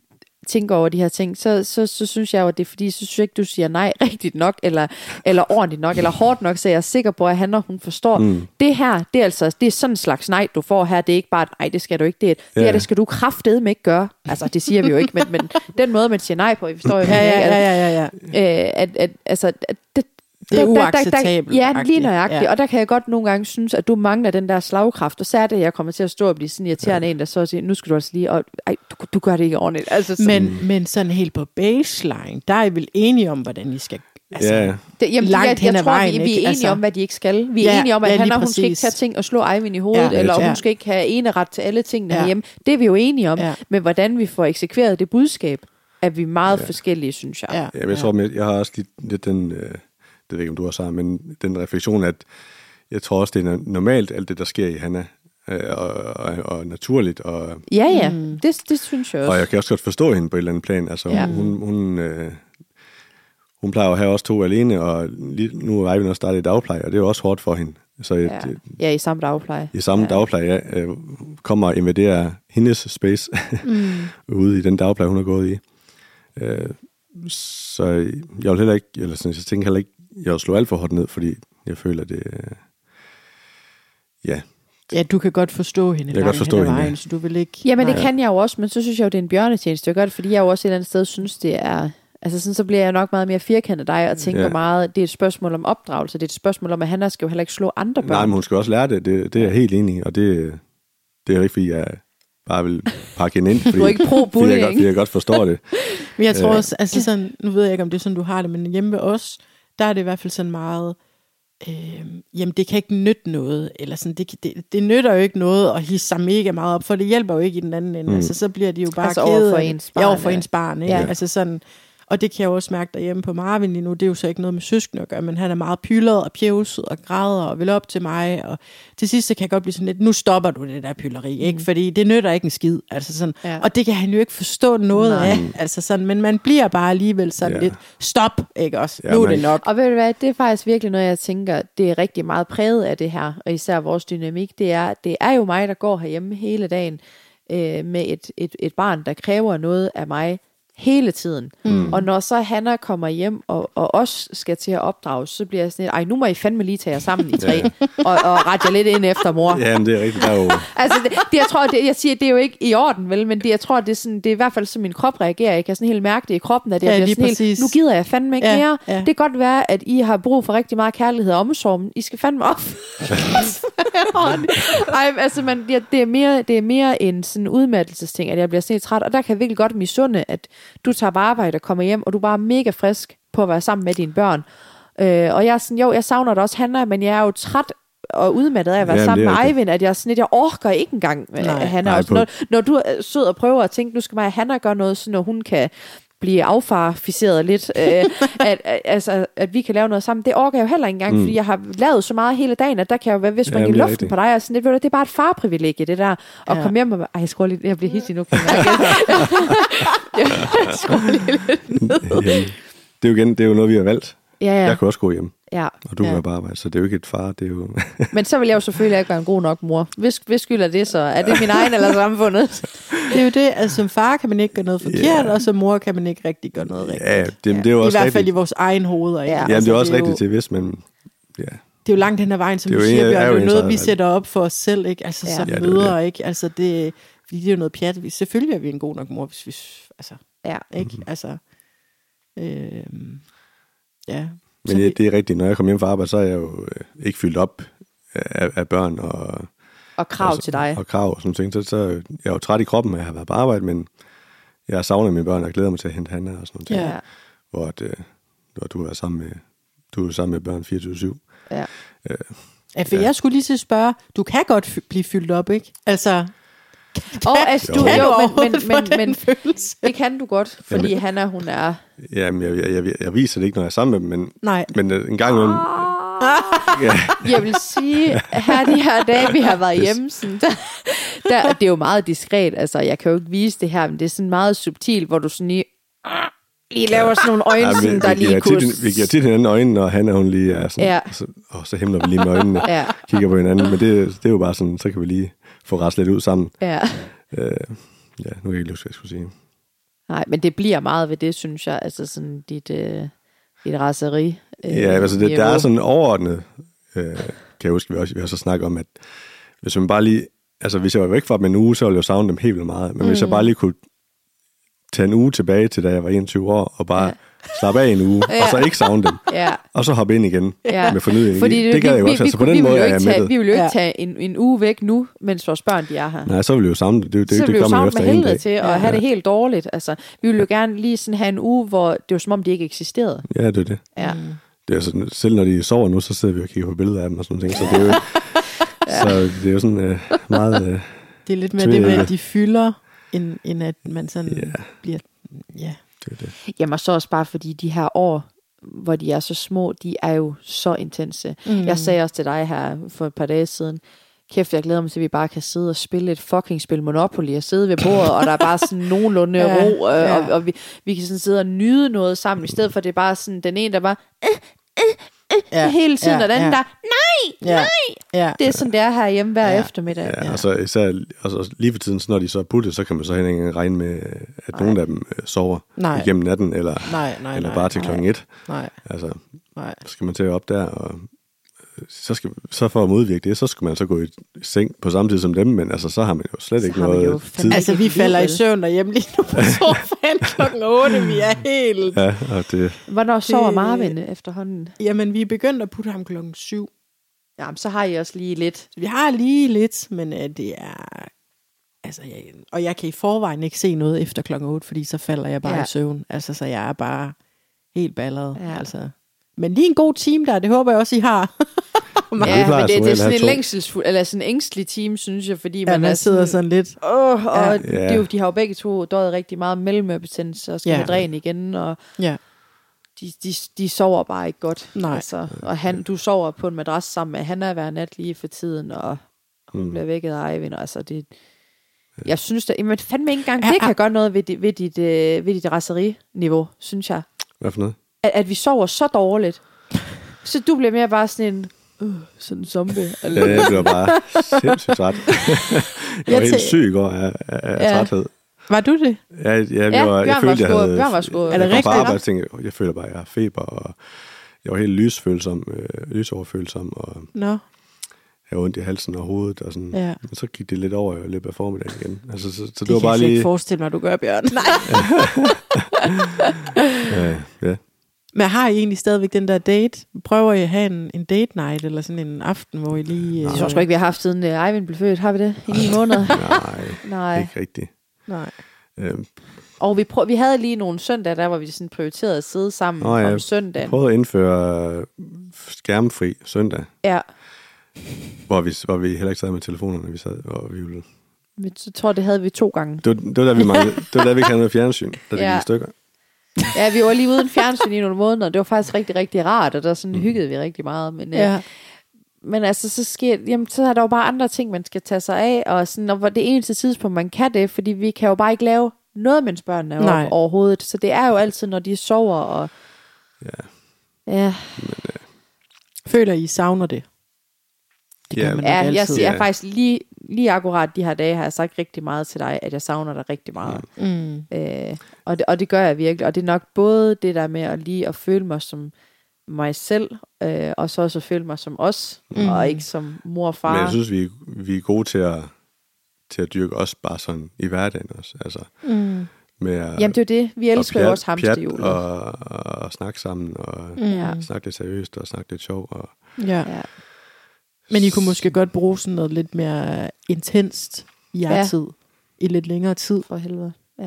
S1: tænker over de her ting, så, så, så synes jeg jo, at det er fordi, så synes jeg ikke, du siger nej rigtigt nok, eller, eller ordentligt nok, eller hårdt nok, så jeg er sikker på, at han og hun forstår, mm. det her, det er altså, det er sådan en slags nej, du får her, det er ikke bare, nej, det skal du ikke, det er, det,
S3: ja.
S1: er, det skal du kraftedeme ikke gøre. Altså, det siger vi jo ikke, men, men den måde, man siger nej på, I forstår jo,
S2: ja, ja, ja, ja, ja.
S1: At, at, at, altså, at det,
S2: det er uacceptabelt.
S1: Ja, lige nøjagtigt.
S2: Ja.
S1: Og der kan jeg godt nogle gange synes, at du mangler den der slagkraft, og så er det, at jeg kommer til at stå og blive sådan irriterende ja. en, der så siger, nu skal du altså lige, og ej, du, du gør det ikke ordentligt. Altså, sådan.
S2: Men, men sådan helt på baseline, der er I vel enige om, hvordan I skal... Altså,
S3: ja.
S1: Det, jamen,
S2: langt
S1: jeg,
S2: hen
S1: jeg
S2: ad
S1: tror,
S2: vejen,
S1: vi, vi er
S2: ikke?
S1: enige
S2: Altså,
S1: om, hvad de ikke skal. Vi er
S2: ja,
S1: enige om, at
S2: ja,
S1: han og hun
S2: præcis.
S1: skal ikke tage ting og slå Eivind i hovedet, ja, eller
S2: ja.
S1: hun skal ikke have ene ret til alle tingene
S2: ja.
S1: herhjemme. Det er vi jo enige om.
S2: Ja.
S1: Men hvordan vi får eksekveret det budskab, er vi meget ja. forskellige, synes jeg.
S2: Ja,
S3: ja men jeg tror, jeg, jeg har også lidt, lidt den, øh, det ved jeg ikke, om du har sagt, men den refleksion, at jeg tror også, det er normalt, alt det, der sker i Hanna, øh, og, og, og naturligt. Og,
S1: ja, ja, mm. det, det synes jeg også.
S3: Og jeg kan også godt forstå hende på et eller andet plan. Altså, ja. hun, hun, øh, hun plejer at have også to alene, og lige, nu er Eivind også startet i dagpleje, og det er jo også hårdt for hende. Så et,
S1: ja. ja, i samme dagpleje.
S3: I samme ja. dagpleje, ja, øh, kommer og invaderer hendes space mm. ude i den dagpleje, hun har gået i. Øh, så jeg vil heller ikke, eller sådan, jeg tænker heller ikke, jeg vil slå alt for hårdt ned, fordi jeg føler, det øh, ja.
S2: Ja, du kan godt forstå hende.
S3: Jeg kan godt forstå hende,
S2: vejen,
S3: ja.
S2: Så du vil ikke...
S1: Jamen, det kan jeg jo også, men så synes jeg jo, det er en bjørnetjeneste. Jeg gør det, fordi jeg jo også et eller andet sted synes, det er... Altså sådan, så bliver jeg nok meget mere firkantet dig og tænker ja. meget, det er et spørgsmål om opdragelse, det er et spørgsmål om, at han skal jo heller ikke slå andre børn.
S3: Nej, men hun skal også lære det, det, det er jeg helt enig i, og det, det er ikke, fordi jeg bare vil pakke hende ind, fordi,
S1: du er ikke pro-bullying.
S3: fordi, jeg godt, fordi jeg godt forstår det.
S2: Men jeg tror også, altså sådan, nu ved jeg ikke, om det er sådan, du har det, men hjemme ved os, der er det i hvert fald sådan meget, øh, jamen det kan ikke nytte noget, eller sådan, det, det, det nytter jo ikke noget at hisse sig mega meget op, for det hjælper jo ikke i den anden ende, mm. altså så bliver de jo bare
S1: altså
S2: kede
S1: over for ens barn.
S2: Ja, over for ens barn, ikke?
S1: Ja.
S2: Altså sådan, og det kan jeg også mærke derhjemme på Marvin lige nu, det er jo så ikke noget med søskende at gøre, men han er meget pyldret og pjevset og græder og vil op til mig, og til sidst så kan jeg godt blive sådan lidt, nu stopper du det der pylleri, ikke? Mm. Fordi det nytter ikke en skid, altså sådan, ja. Og det kan han jo ikke forstå noget Nej. af, altså sådan, men man bliver bare alligevel sådan ja. lidt, stop, ikke også, ja, nu er det nok.
S1: Og ved du hvad, det er faktisk virkelig noget, jeg tænker, det er rigtig meget præget af det her, og især vores dynamik, det er, det er jo mig, der går herhjemme hele dagen øh, med et, et, et barn, der kræver noget af mig, hele tiden. Mm. Og når så Hanna kommer hjem og, og også skal til at opdrages, så bliver jeg sådan lidt, ej, nu må I fandme lige tage jer sammen i tre, ja. og, og rette jer lidt ind efter mor.
S3: Ja, men det er rigtigt, der er jo...
S1: altså, det, det, jeg tror, det, jeg siger, det er jo ikke i orden, vel, men det, jeg tror, det er, sådan, det er i hvert fald, som min krop reagerer. Jeg kan sådan helt mærke det i kroppen, at det
S2: ja,
S1: bliver sådan helt, nu gider jeg fandme ikke ja, mere. Ja. Det kan godt være, at I har brug for rigtig meget kærlighed og omsorg, men I skal fandme op. Ej, altså, man, ja, det, er mere, det er mere en sådan udmattelsesting, at jeg bliver sådan helt træt, og der kan jeg virkelig godt misunde, at du tager på arbejde og kommer hjem, og du er bare mega frisk på at være sammen med dine børn. Øh, og jeg er sådan, jo, jeg savner det også, Hanna, men jeg er jo træt og udmattet af at være ja, sammen med Eivind, at jeg er sådan lidt, jeg orker ikke engang med Hanna. Nej, når, når du er sød og prøver at tænke, nu skal mig Hanna gøre noget, så når hun kan blive affarificeret lidt, øh, at, at, altså, at vi kan lave noget sammen. Det orker jeg jo heller ikke engang, mm. fordi jeg har lavet så meget hele dagen, at der kan jo være ved at springe ja, i luften rigtigt. På dig, og sådan lidt, det er bare et farprivilegie, det der, at ja. komme hjem og, ej, jeg skruer lige, jeg bliver hissig nu, kan jeg mærke. Jeg skruer lige lidt ned.
S3: Jamen, det er jo igen, det er jo noget, vi har valgt.
S1: Ja, ja.
S3: Jeg kan også gå hjem.
S1: Ja.
S3: Og du
S1: ja.
S3: kan bare arbejde, så det er jo ikke et far, det er jo...
S1: Men så vil jeg jo selvfølgelig ikke være en god nok mor. Hvis, hvis skyld er det så? Er det min egen eller samfundet?
S2: Det er jo det, altså som far kan man ikke gøre noget forkert, yeah. og som mor kan man ikke rigtig gøre noget rigtigt.
S3: Ja, det, det er jo
S2: ja.
S3: også
S2: I hvert fald
S3: rigtigt.
S2: i vores egen hoveder. Ja,
S3: ja altså, det er også det er rigtigt jo... til hvis, men... Ja.
S2: Det er jo langt hen ad vejen, som du siger, Bjørn. Det er jo noget, vi sætter op for os selv, ikke? Altså ja. som ja, mødre, ikke? Altså det... Fordi det er jo noget pjat. Selvfølgelig er vi en god nok mor, hvis vi... Altså,
S1: ja.
S2: Ikke? Mm-hmm. Altså... Øh, ja...
S3: Men det, det er rigtigt, når jeg kommer hjem fra arbejde, så er jeg jo øh, ikke fyldt op af, af børn og...
S1: Og krav
S3: og,
S1: til dig.
S3: Og krav og sådan ting. Så, så jeg er jo træt i kroppen, at jeg har været på arbejde, men jeg savner mine børn, og glæder mig til at hente Hanna og sådan noget.
S1: Ja.
S3: Hvor, at, øh, hvor du er sammen med, du er sammen med børn fireogtyve syv.
S1: Ja.
S2: Øh, ja, for ja. Jeg skulle lige til at spørge, du kan godt f- blive fyldt op, ikke? Altså...
S1: Og altså, du, jo, jo men, men, men, men det kan du godt, fordi jamen, Hanna, hun er...
S3: Jamen, jeg, jeg, jeg, jeg viser det ikke, når jeg er sammen med dem, men,
S2: Nej.
S3: men en gang imellem...
S1: Ja. Jeg vil sige, her de her dage, vi har været hjemme, sådan, der, der, det er jo meget diskret, altså jeg kan jo ikke vise det her, men det er sådan meget subtilt, hvor du sådan lige, lige laver sådan nogle øjne, ja, sådan, der lige kunne...
S3: Vi giver tit hinanden øjnene, og Hanna, hun lige er sådan,
S1: ja.
S3: og, så, og så himler vi lige med øjnene,
S1: ja.
S3: Kigger på hinanden, men det, det er jo bare sådan, så kan vi lige få rast lidt ud sammen.
S1: Ja.
S3: Øh, ja, nu kan jeg ikke huske, hvad jeg skulle sige.
S1: Nej, men det bliver meget ved det, synes jeg. Altså sådan dit, øh, dit raseri. Øh,
S3: ja, altså det, der er sådan overordnet, øh, kan jeg huske, vi også vi har så snakket om, at hvis man bare lige, altså hvis jeg var væk fra dem en uge, så ville jeg jo savne dem helt vildt meget. Men mm. hvis jeg bare lige kunne tage en uge tilbage til, da jeg var enogtyve år, og bare ja. slappe af en uge, ja. og så ikke savne dem, ja. og så hoppe ind igen ja. med fornyet energi.
S1: Fordi
S3: det, det gad jeg jo også, altså på den måde er jeg med.
S1: Vi vil jo ikke tage en, en uge væk nu, mens vores børn de er her.
S3: Nej, så vil vi jo savne det. Det, det,
S1: så
S3: det, det kommer jo efter en dag.
S1: til at ja. have det helt dårligt. Altså, vi vil jo gerne lige sådan have en uge, hvor det var som om, de ikke eksisterede.
S3: Ja, det er det.
S1: Ja.
S3: Det er sådan, selv når de sover nu, så sidder vi og kigger på billeder af dem og sådan noget. Så det er jo, ja. så det er jo sådan øh, meget... Øh,
S2: det er lidt mere det med, at de fylder, end, end at man sådan ja. bliver... Ja.
S3: Det er det.
S1: Jamen så også bare fordi de her år, hvor de er så små, de er jo så intense. Mm. Jeg sagde også til dig her for et par dage siden, kæft, jeg glæder mig til, at vi bare kan sidde og spille et fucking spil Monopoly og sidde ved bordet, og der er bare sådan nogenlunde ja, ro, øh, ja. og, og vi, vi kan sådan sidde og nyde noget sammen, i stedet for det er bare sådan, den ene, der bare øh, øh, øh, ja, hele tiden, ja, og den ja. der, nej, ja, nej. Ja. Det er sådan, det er herhjemme hver ja. eftermiddag.
S3: Ja, ja. Og så især altså, lige for tiden, så når de så er puttet, så kan man så heller ikke regne med, at nej. nogen af dem øh, sover nej. igennem natten, eller, nej, nej, eller bare til klokken et.
S2: Nej.
S3: Altså,
S2: nej.
S3: så skal man til op der, og så, skal, så for at modvirke det, så skal man så gå i seng på samme tid som dem, men altså, så har man jo slet så ikke noget jo tid.
S2: Altså, vi falder i søvn derhjemme lige nu på sofaen klokken otte, vi er helt...
S3: Ja, og det...
S1: Hvornår sover Marvin efterhånden?
S2: Jamen, vi er begyndt at putte ham klokken syv.
S1: Jamen, så har I også lige lidt.
S2: Vi har lige lidt, men uh, det er... Altså, jeg, og jeg kan i forvejen ikke se noget efter klokken otte, fordi så falder jeg bare ja. i søvn. Altså, så jeg er bare helt balleret. Ja. Altså. Men lige en god team der, det håber jeg også, I har.
S1: ja, men det, det er sådan en længselsfuld, eller sådan en ængstelig team, synes jeg, fordi
S2: ja,
S1: man,
S2: man
S1: er
S2: sidder sådan lidt.
S1: Åh, og
S2: ja.
S1: det er jo, de har jo begge to døjet rigtig meget mellemørebetændelse og skal ja. have dræn igen, og
S2: ja.
S1: de, de, de sover bare ikke godt.
S2: Nej.
S1: Altså, og han, du sover på en madras sammen med han er hver nat lige for tiden, og hun mm. bliver vækket af Eivind, altså det... Jeg synes da, men fandme ikke engang, det kan gøre noget ved, dit, ved, dit, øh, ved dit raseri-niveau, synes jeg.
S3: Hvad for noget?
S1: At, at vi sover så dårligt. Så du bliver mere bare sådan en, øh, sådan en zombie.
S3: Eller? Ja, jeg blev bare sindssygt træt. jeg var helt syg i går af, af ja. træthed.
S2: Var du det?
S3: Ja, jeg, jeg, ja, var, jeg følte, jeg havde...
S1: Bjørn var sgu...
S2: Er det rigtigt?
S3: Jeg, tænkte, jeg føler bare, at jeg har feber, og jeg var helt lysfølsom, øh, lysoverfølsom, og...
S2: Nå. No.
S3: Jeg har ondt i halsen og hovedet, og sådan. Ja. Men så gik det lidt over i løbet af formiddagen igen. Altså, så, så det,
S2: det
S3: var bare lige... Det kan jeg
S2: ikke forestille mig, du gør, Bjørn. Nej.
S3: ja, ja.
S2: Men har I egentlig stadigvæk den der date? Prøver I at have en, en date night, eller sådan en aften, hvor I lige...
S1: Jeg tror sgu ikke, vi har haft siden uh, Eivind blev født. Har vi det? I ni måneder?
S3: Nej,
S1: Nej,
S3: ikke rigtigt.
S2: Nej.
S3: Øhm.
S1: Og vi, prøv, vi havde lige nogle søndage, der hvor vi sådan prioriterede at sidde sammen Nå, ja. om søndagen.
S3: Jeg prøvede at indføre skærmfri søndag.
S1: Ja.
S3: Hvor vi, hvor vi heller ikke sad med telefonerne, vi sad, og vi ville...
S1: Jeg tror, det havde vi to gange.
S3: Det var, det var da vi manglede, det var da vi ikke havde noget fjernsyn, da det ja. gik i stykker.
S1: Ja, vi var lige uden fjernsyn i nogle måneder, det var faktisk rigtig, rigtig rart, og der sådan mm. hyggede vi rigtig meget. Men, ja. øh, men altså, så, sker, jamen, så er der jo bare andre ting, man skal tage sig af, og, sådan, og det eneste tidspunkt, man kan det, fordi vi kan jo bare ikke lave noget, mens børnene er op overhovedet. Så det er jo altid, når de sover, og...
S3: Ja.
S1: Ja.
S3: Men, øh...
S2: Føler I savner det?
S1: Det ja, man ja, jeg, jeg, jeg er faktisk lige, lige akkurat de her dage har jeg sagt rigtig meget til dig, at jeg savner dig rigtig meget.
S2: Mm.
S1: Øh, og, det, og det gør jeg virkelig. Og det er nok både det der med at lige at føle mig som mig selv, øh, og så også at føle mig som os, mm. og ikke som mor og far.
S3: Men jeg synes, vi, vi er gode til at, til at dyrke os bare sådan i hverdagen også. Altså,
S1: mm.
S3: med at,
S1: Jamen det er det. Vi elsker jo også hamsterhjul.
S3: Og, og, og snakke sammen, og mm. snakke lidt seriøst, og snakke lidt sjov. Og,
S2: ja. ja. Men I kunne måske godt bruge sådan noget lidt mere intenst i jeres ja. tid. I lidt længere tid.
S1: For helvede. Ja.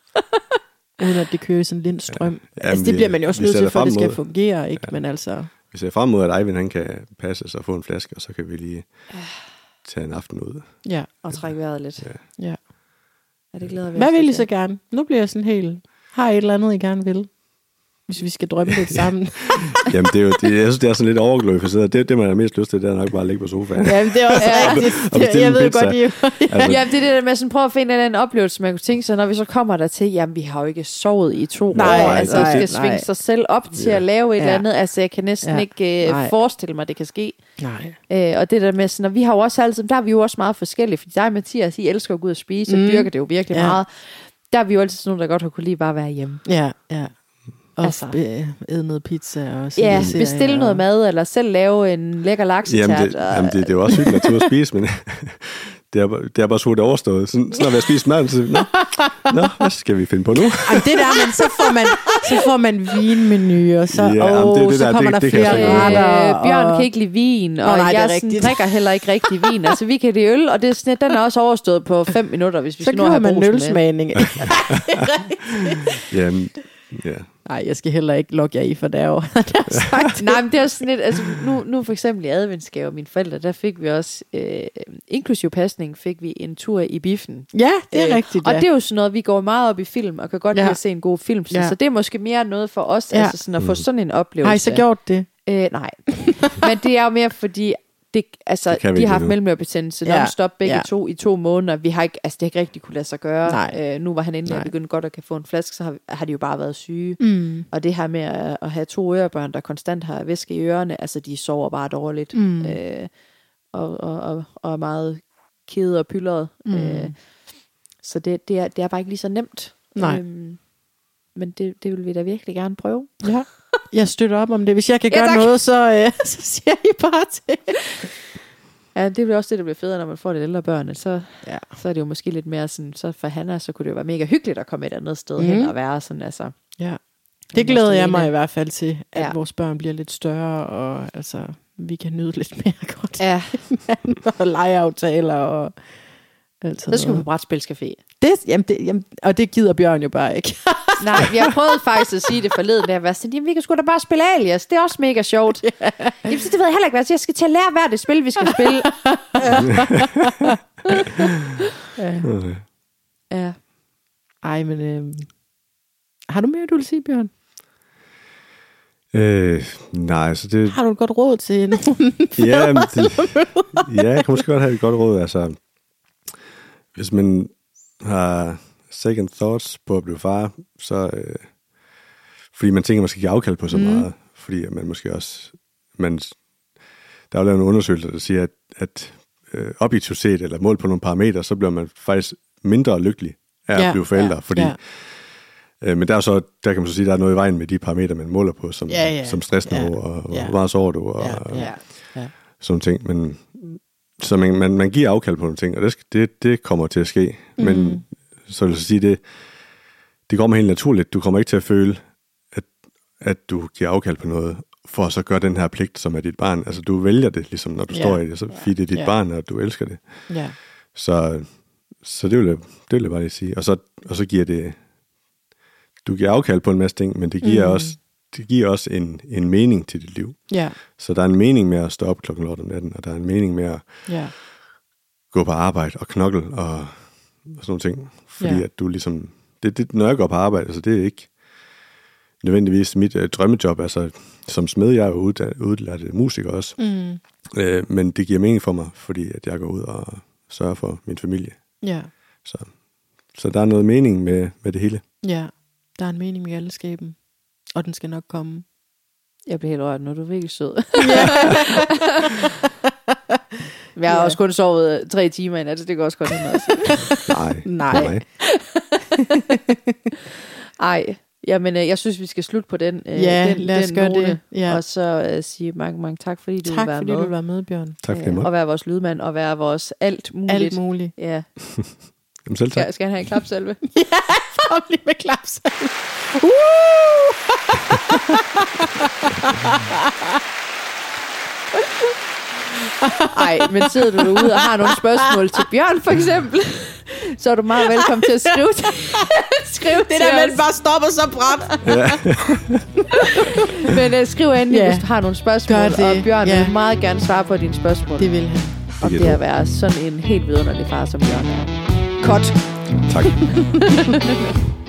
S2: Uden at det kører i sådan en lindstrøm. Ja. Altså det bliver man jo også nødt til, for at det skal mod. fungere. Ikke? Ja. Men altså...
S3: Vi ser frem mod, at Eivind han kan passe sig og få en flaske, og så kan vi lige tage en aften ud.
S2: Ja.
S1: Og trække vejret lidt.
S2: Ja. ja.
S1: ja det glæder vi.
S2: Hvad vil I så gerne? Nu bliver jeg sådan helt... Har I et eller andet, I gerne vil? Hvis vi skal drømme lidt sammen.
S3: Jamen, det er jo, det, jeg synes, det er sådan lidt overglorificeret. Det, det man har mest lyst til, det er nok bare at ligge på sofaen.
S1: Jamen, det er også rigtigt.
S3: og, og
S1: jeg ved
S3: pizza.
S1: godt, I altså. Ja, det er det der med at prøve at finde en eller anden oplevelse, man kunne tænke sig, når vi så kommer der til, jamen, vi har jo ikke sovet i to
S2: nej,
S1: år. Altså,
S2: nej,
S1: skal svinge sig selv op til ja. at lave et ja. eller andet. Altså, jeg kan næsten ja. ikke uh, forestille mig, det kan ske.
S2: Nej.
S1: Uh, og det der med sådan, og vi har jo også altid, der er vi jo også meget forskellige, fordi dig og Mathias, I elsker at gå ud og spise, og
S2: mm.
S1: dyrker det jo virkelig
S2: ja.
S1: meget. der er vi jo altid sådan nogle, der godt har kunne lide bare at være hjemme.
S2: Ja, ja. Og
S1: Altså.
S2: altså. æde noget pizza og
S1: Ja,
S2: serie
S1: bestille
S2: og...
S1: noget mad, eller selv lave en lækker laksetært.
S3: Jamen, det, jamen det, det er jo også hyggeligt at tage ud og spise, men det er, det er bare så hurtigt overstået. Sådan, så når vi har spist maden, så nå, nå, hvad skal vi finde på nu?
S2: Jamen, det der, men så får man, så får man vinmenu, og så,
S3: Ja,
S2: åh,
S3: det er det
S2: så
S3: der,
S2: kommer
S3: det-
S2: der
S3: det kan jeg
S2: flere
S3: slet ikke.
S2: retter.
S1: Øh, Bjørn
S2: og...
S1: kan ikke lide vin, og
S2: Nå, nej, det er
S1: jeg sådan,
S2: rigtigt.
S1: drikker heller ikke rigtig vin. Altså, vi kan lide øl, og det er sådan, den er også overstået på fem minutter, hvis vi
S2: Så
S1: skal nå at
S2: køber
S1: have
S2: man
S1: brusen med.
S2: nølsmagning.
S3: Jamen, ja.
S2: Nej, jeg skal heller ikke lokke jer i, for det er jo sagt.
S1: Nej, men det er også sådan lidt, altså nu, nu for eksempel i adventsgave, mine forældre, der fik vi også, øh, inklusiv pasning, fik vi en tur i biffen.
S2: Ja, det er
S1: Øh,
S2: rigtigt,
S1: Og
S2: ja.
S1: det er jo sådan noget, vi går meget op i film, og kan godt
S2: Ja.
S1: lide at se en god film. Så,
S2: Ja.
S1: så det er måske mere noget for os,
S2: Ja.
S1: altså sådan at få sådan en oplevelse.
S2: Har I så gjort det?
S1: Øh, nej, men det er jo mere fordi, det, altså,
S3: Det kan vi
S1: de
S3: ikke
S1: har haft
S3: endnu.
S1: mellemørebetændelse
S2: Ja.
S1: non-stop begge
S2: Ja.
S1: to i to måneder. Vi har ikke, altså det har ikke rigtig kunne lade sig gøre.
S2: Nej.
S1: Øh, nu var han endelig
S2: Nej.
S1: begyndt godt at kan få en flaske, så har, har de jo bare været syge.
S2: Mm.
S1: Og det her med at, at have to ørebørn, der konstant har væske i ørerne, altså de sover bare dårligt.
S2: Mm.
S1: Øh, og, og, og, og er meget kede og pyldret.
S2: Mm.
S1: Øh, så det, det, er, det er bare ikke lige så nemt.
S2: Nej.
S1: Øhm, men det, det vil vi da virkelig gerne prøve.
S2: Ja. Jeg støtter op om det. Hvis jeg kan
S1: Ja,
S2: gøre
S1: tak.
S2: noget, så, øh, så siger I bare til.
S1: Ja, det bliver også det, der bliver federe, når man får det ældre børn. Så,
S2: Ja.
S1: så er det jo måske lidt mere sådan, så for Hanna, så kunne det jo være mega hyggeligt at komme et andet sted
S2: Mhm.
S1: mm. hen og være sådan, altså.
S2: Ja. Det glæder jeg mig
S1: alene.
S2: i hvert fald til, at
S1: Ja.
S2: ja. vores børn bliver lidt større, og altså, vi kan nyde lidt mere godt.
S1: Ja,
S2: og legeaftaler og alt
S1: så
S2: sådan
S1: skal vi på
S2: noget.
S1: brætspilscafé.
S2: Det, jamen, det, jamen, og det gider Bjørn jo bare ikke.
S1: Nej, vi har prøvet faktisk at sige det forleden, der var sådan, jamen vi kan sgu da bare spille Alias, det er også mega sjovt. Yeah. Jamen så det ved jeg heller ikke, hvad jeg skal til at lære hvert det spil, vi skal spille.
S2: ja.
S3: Okay.
S1: Ja.
S2: Ej, men øh, har du mere, du vil sige, Bjørn?
S3: Øh, nej, så det...
S2: Har du et godt råd til nogen?
S3: Ja, men det, ja, jeg kan måske godt have et godt råd. Altså, hvis man har second thoughts på at blive far, så... Øh, fordi man tænker, man skal give afkald på så
S2: Mm.
S3: meget. Fordi at man måske også... Man, der er jo lavet en undersøgelse, der siger, at, at øh, objektivt set, eller målt på nogle parametre, så bliver man faktisk mindre lykkelig af
S2: Ja,
S3: at blive forældre.
S2: ja,
S3: fordi,
S2: ja.
S3: øh, men der er så, der kan man så sige, der er noget i vejen med de parametre, man måler på, som,
S2: Ja, ja.
S3: som stressniveau,
S2: Ja,
S3: og hvor
S2: ja.
S3: meget sover du, og,
S2: Ja, ja, ja.
S3: sådan ting, men så man, man, man giver afkald på nogle ting, og det, skal- det, det kommer til at ske, mm. men så vil jeg så sige, det, det kommer helt naturligt. Du kommer ikke til at føle, at, at du giver afkald på noget, for at så gøre den her pligt, som er dit barn. Altså, du vælger det, ligesom når du
S2: Ja.
S3: står i det, så fordi det er dit
S2: Ja.
S3: barn, og du elsker det.
S2: Ja.
S3: Så, så det, vil jeg, det vil jeg bare lige sige. Og så, og så giver det, du giver afkald på en masse ting, men det giver
S2: Mm.
S3: også, det giver også en, en mening til dit liv.
S2: Ja.
S3: Så der er en mening med at stå op klokken otte om natten, og der er en mening med at
S2: Ja.
S3: gå på arbejde og knokle og, og sådan nogle ting. Fordi
S2: Ja.
S3: at du ligesom... Det, det, når jeg går på arbejde, altså det er ikke nødvendigvis mit øh, drømmejob. Altså som smed, jeg er jo uddannet, udlært musiker også.
S2: Mm.
S3: Øh, men det giver mening for mig, fordi at jeg går ud og sørger for min familie.
S2: Ja.
S3: Så, så der er noget mening med, med det hele.
S2: Ja. Der er en mening med galskaben. Og den skal nok komme.
S1: Jeg bliver helt rørt, når du er virkelig sød. Jeg har
S2: Ja.
S1: også kun sovet tre timer i nat, så det kan også godt have noget.
S3: Nej.
S2: Nej.
S3: Nej.
S1: Ej, jamen øh, jeg synes, vi skal slutte på den, øh,
S2: Ja,
S1: den,
S2: lad os
S1: den
S2: gøre
S1: note,
S2: det. Ja.
S1: og så øh, sige mange, mange tak, fordi du
S2: Tak
S1: vil være
S2: fordi
S1: med.
S2: du vil være med, Bjørn.
S3: Tak for det,
S1: Øh,
S3: Maud.
S1: og være vores lydmand, og være vores alt muligt.
S2: Alt muligt.
S1: Ja.
S3: Jamen selv tak.
S1: Skal, skal han have en klapsalve?
S2: Kom lige med klapsal.
S1: Ej, men sidder du derude og har nogle spørgsmål til Bjørn, for eksempel, så er du meget velkommen til at skrive til, skrive
S2: Det
S1: til
S2: der med,
S1: os.
S2: at bare stopper så bræt.
S3: Ja.
S1: Men uh, skriv endelig,
S2: Ja.
S1: hvis du har nogle spørgsmål,
S2: Gør det.
S1: og Bjørn
S2: Ja.
S1: vil meget gerne svare på dine spørgsmål.
S2: Det vil han.
S1: om
S3: Det
S1: det
S3: kan
S1: at være sådan en helt vidunderlig far, som Bjørn er. Godt.
S3: Tak.